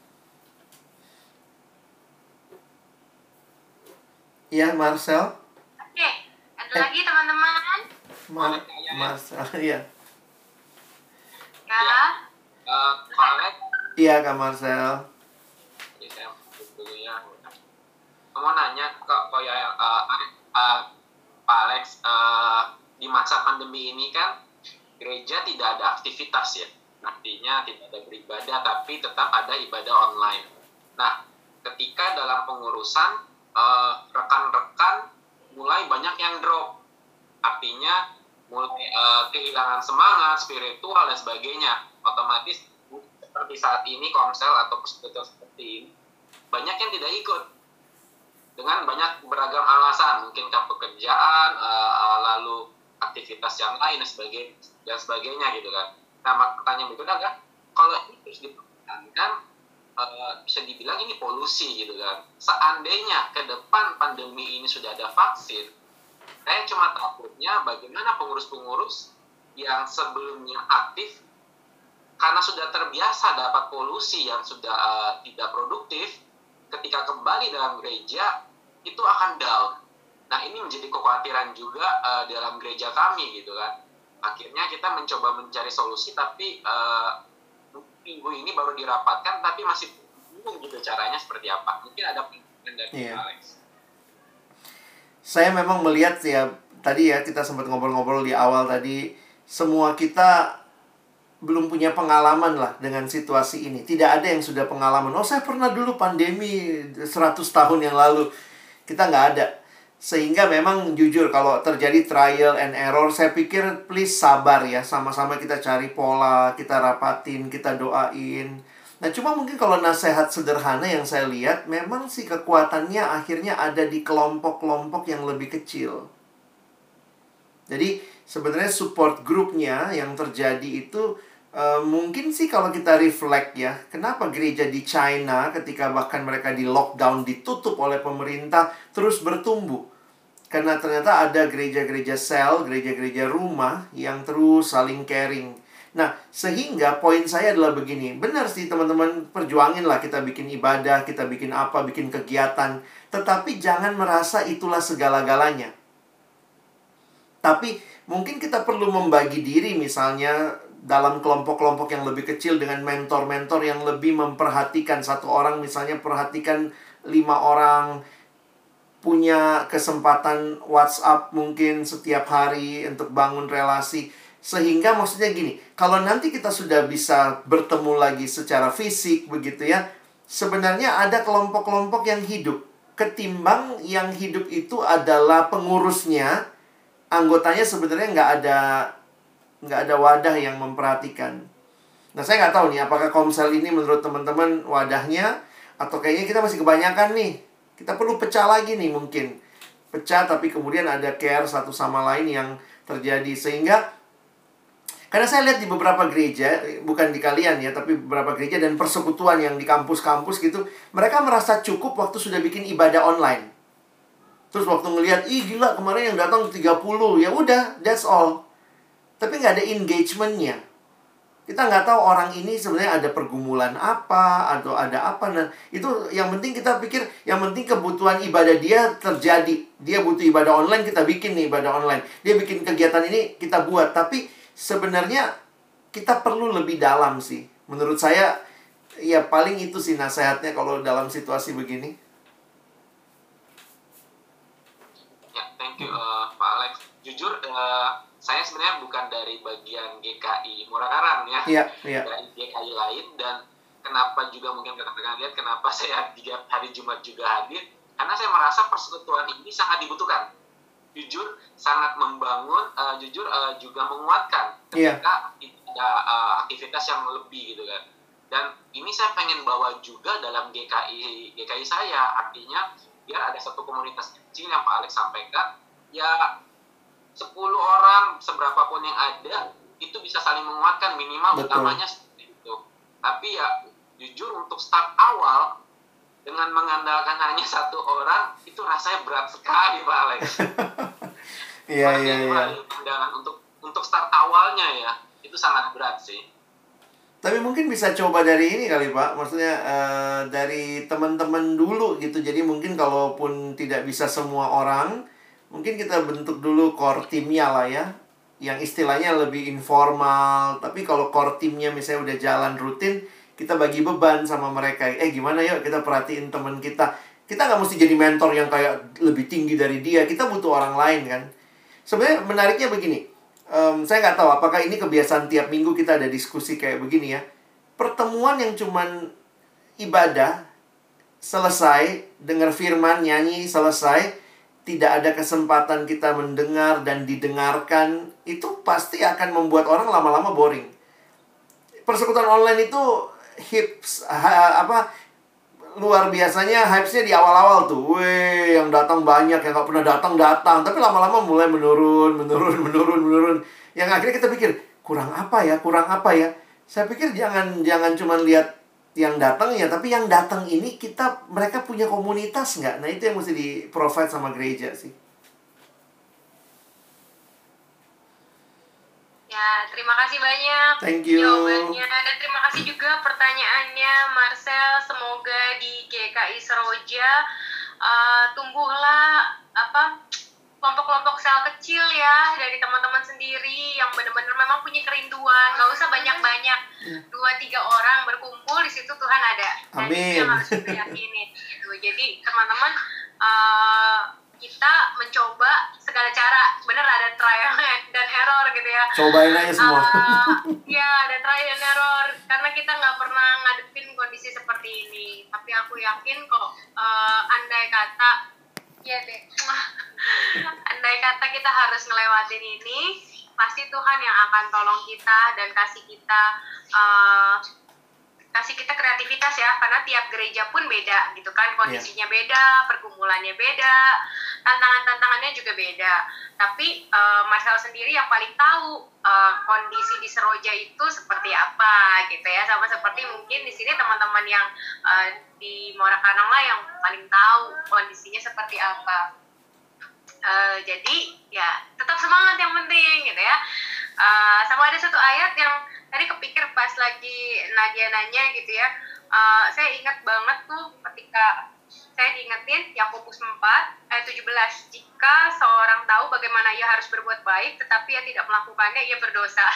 Ya, Marcel. Oke, ada lagi teman-teman? Marcel, iya. Ya. Kak Alex. Iya, Kak Marcel. Saya mau nanya Kak Alex, di masa pandemi ini kan gereja tidak ada aktivitas ya. Artinya tidak ada beribadah, tapi tetap ada ibadah online. Nah, ketika dalam pengurusan, rekan-rekan mulai banyak yang drop. Artinya, mulai kehilangan semangat, spiritual, dan sebagainya. Otomatis, seperti saat ini, komsel atau persekutuan seperti ini, banyak yang tidak ikut. Dengan banyak beragam alasan. Mungkin pekerjaan, lalu aktivitas yang lain dan sebagainya gitu kan. Nah, pertanyaan berikutnya kan, kalau ini terus dipertahankan, bisa dibilang ini polusi gitu kan. Seandainya ke depan pandemi ini sudah ada vaksin, saya cuma takutnya bagaimana pengurus-pengurus yang sebelumnya aktif karena sudah terbiasa dapat polusi yang sudah tidak produktif, ketika kembali dalam gereja itu akan down. Nah, ini menjadi kekhawatiran juga dalam gereja kami gitu kan. Akhirnya kita mencoba mencari solusi, tapi minggu ini baru dirapatkan, tapi masih bingung gitu caranya seperti apa. Mungkin ada penjelasan dari Alex. Saya memang melihat ya, tadi ya kita sempat ngobrol-ngobrol di awal tadi, semua kita belum punya pengalaman lah dengan situasi ini. Tidak ada yang sudah pengalaman. Oh, saya pernah dulu pandemi 100 tahun yang lalu. Kita nggak ada. Sehingga memang jujur kalau terjadi trial and error, saya pikir please sabar ya. Sama-sama kita cari pola, kita rapatin, kita doain. Nah, cuma mungkin kalau nasihat sederhana yang saya lihat, memang sih kekuatannya akhirnya ada di kelompok-kelompok yang lebih kecil. Jadi sebenarnya support grupnya yang terjadi itu mungkin sih kalau kita reflect ya, kenapa gereja di China ketika bahkan mereka di lockdown, ditutup oleh pemerintah, terus bertumbuh. Karena ternyata ada gereja-gereja sel, gereja-gereja rumah yang terus saling caring. Nah, sehingga poin saya adalah begini, benar sih teman-teman, perjuangin lah kita bikin ibadah, kita bikin apa, bikin kegiatan. Tetapi jangan merasa itulah segala-galanya. Tapi mungkin kita perlu membagi diri misalnya dalam kelompok-kelompok yang lebih kecil dengan mentor-mentor yang lebih memperhatikan. Satu orang misalnya perhatikan 5 orang, punya kesempatan WhatsApp mungkin setiap hari untuk bangun relasi. Sehingga maksudnya gini, kalau nanti kita sudah bisa bertemu lagi secara fisik begitu ya, sebenarnya ada kelompok-kelompok yang hidup. Ketimbang yang hidup itu adalah pengurusnya, anggotanya sebenarnya nggak ada wadah yang memperhatikan. Nah, saya nggak tahu nih apakah Komsel ini menurut teman-teman wadahnya, atau kayaknya kita masih kebanyakan nih. Kita perlu pecah lagi nih mungkin. Pecah tapi kemudian ada care satu sama lain yang terjadi. Sehingga karena saya lihat di beberapa gereja, bukan di kalian ya, tapi beberapa gereja dan persekutuan yang di kampus-kampus gitu, mereka merasa cukup waktu sudah bikin ibadah online. Terus waktu ngelihat, ih gila kemarin yang datang 30, ya udah, that's all. Tapi nggak ada engagement-nya. Kita nggak tahu orang ini sebenarnya ada pergumulan apa, atau ada apa. Nah, itu yang penting kita pikir, yang penting kebutuhan ibadah dia terjadi. Dia butuh ibadah online, kita bikin nih ibadah online. Dia bikin kegiatan ini, kita buat. Tapi sebenarnya kita perlu lebih dalam sih. Menurut saya, ya paling itu sih nasihatnya kalau dalam situasi begini. Ya, thank you Pak Alex. Jujur, saya sebenarnya bukan dari bagian GKI Murakaran ya. Iya. Dari GKI lain, dan kenapa juga mungkin rekan-rekan lihat kenapa saya di hari Jumat juga hadir, karena saya merasa persekutuan ini sangat dibutuhkan. Jujur sangat membangun, juga menguatkan ketika ada aktivitas yang lebih gitu kan. Dan ini saya pengen bawa juga dalam GKI saya, artinya biar ada satu komunitas kecil yang Pak Alex sampaikan, ya 10 orang seberapapun yang ada itu bisa saling menguatkan, minimal Betul. utamanya seperti itu. Tapi ya jujur untuk start awal dengan mengandalkan hanya satu orang itu rasanya berat sekali Pak Alex. Iya. Untuk start awalnya ya itu sangat berat sih. Tapi mungkin bisa coba dari ini kali Pak. Maksudnya dari teman-teman dulu gitu. Jadi mungkin kalaupun tidak bisa semua orang, mungkin kita bentuk dulu core timnya lah ya, yang istilahnya lebih informal. Tapi kalau core timnya misalnya udah jalan rutin, kita bagi beban sama mereka. Gimana yuk kita perhatiin teman kita. Kita nggak mesti jadi mentor yang kayak lebih tinggi dari dia. Kita butuh orang lain kan. Sebenarnya menariknya begini, saya nggak tahu apakah ini kebiasaan tiap minggu kita ada diskusi kayak begini ya. Pertemuan yang cuman ibadah, selesai, dengar firman, nyanyi, selesai, tidak ada kesempatan kita mendengar dan didengarkan, itu pasti akan membuat orang lama-lama boring. Persekutuan online itu luar biasanya hype-nya di awal-awal tuh. Weh, yang datang banyak, yang nggak pernah datang. Tapi lama-lama mulai menurun. Yang akhirnya kita pikir, kurang apa ya? Saya pikir jangan cuma lihat yang datang ya, tapi yang datang ini mereka punya komunitas nggak? Nah, itu yang mesti di-provide sama gereja sih. Ya, terima kasih banyak Thank you. jawabannya. Dan terima kasih juga pertanyaannya, Marcel. Semoga di GKI Seroja tumbuhlah kelompok-kelompok sel kecil ya dari teman-teman sendiri yang benar-benar memang punya kerinduan. Gak usah banyak-banyak, 2-3 orang berkumpul di situ Tuhan ada. Dan itu Amin. yang harus kita yakini gitu. Jadi teman-teman, kita mencoba segala cara, bener ada trial dan error gitu ya. Cobain aja semua. Ya, ada trial and error karena kita nggak pernah ngadepin kondisi seperti ini. Tapi aku yakin kok, andai kata andai kata kita harus ngelewatin ini, pasti Tuhan yang akan tolong kita dan kasih kita kreativitas ya, karena tiap gereja pun beda gitu kan, kondisinya beda, pergumulannya beda, tantangannya juga beda. Tapi Marcel sendiri yang paling tahu kondisi di Seroja itu seperti apa gitu ya, sama seperti mungkin di sini teman-teman yang di Muara Karang lah yang paling tahu kondisinya seperti apa. Jadi ya tetap semangat yang penting gitu ya. Sama ada satu ayat yang tadi kepikir pas lagi Nadia nanya gitu ya. Saya ingat banget tuh ketika saya diingetin Yakobus 4 ayat 17, jika seorang tahu bagaimana ia harus berbuat baik tetapi ia tidak melakukannya, ia berdosa.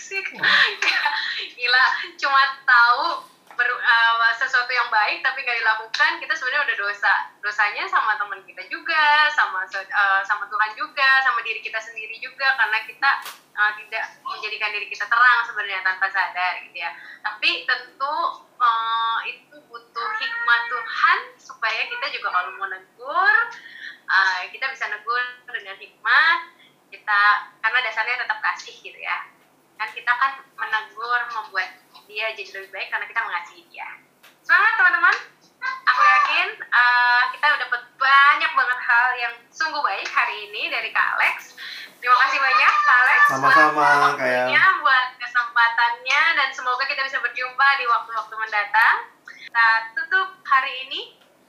Gila, cuma tahu sesuatu yang baik tapi nggak dilakukan, kita sebenarnya udah dosanya sama teman kita juga, sama Tuhan juga, sama diri kita sendiri juga, karena kita tidak menjadikan diri kita terang sebenarnya tanpa sadar gitu ya. Tapi tentu itu butuh hikmat Tuhan supaya kita juga kalau mau negur, kita bisa negur dengan hikmat kita, karena dasarnya tetap kasih gitu ya. Kan kita kan menegur, membuat dia jadi lebih baik karena kita mengasihi dia. Semangat teman-teman. Aku yakin kita udah dapat banyak banget hal yang sungguh baik hari ini dari Kak Alex. Terima kasih banyak Kak Alex. Sama-sama, buat kesempatannya, dan semoga kita bisa berjumpa di waktu-waktu mendatang. Kita tutup hari ini.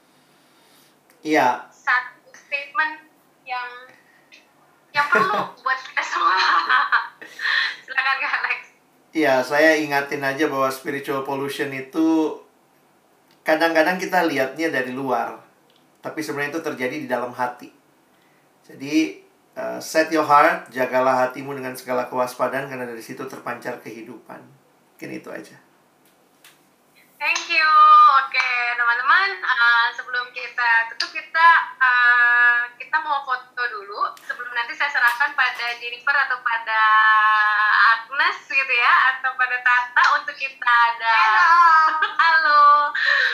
Iya. Satu statement yang perlu buat kita semua. Silakan Kak Alex. Iya, saya ingatin aja bahwa spiritual pollution itu kadang-kadang kita lihatnya dari luar, tapi sebenarnya itu terjadi di dalam hati. Jadi, set your heart, jagalah hatimu dengan segala kewaspadaan, karena dari situ terpancar kehidupan. Mungkin itu aja. Thank you. Oke, teman-teman, sebelum kita tutup, kita mau foto dulu sebelum nanti saya serahkan pada Jennifer atau pada Agnes gitu ya, atau pada Tata untuk kita ada halo.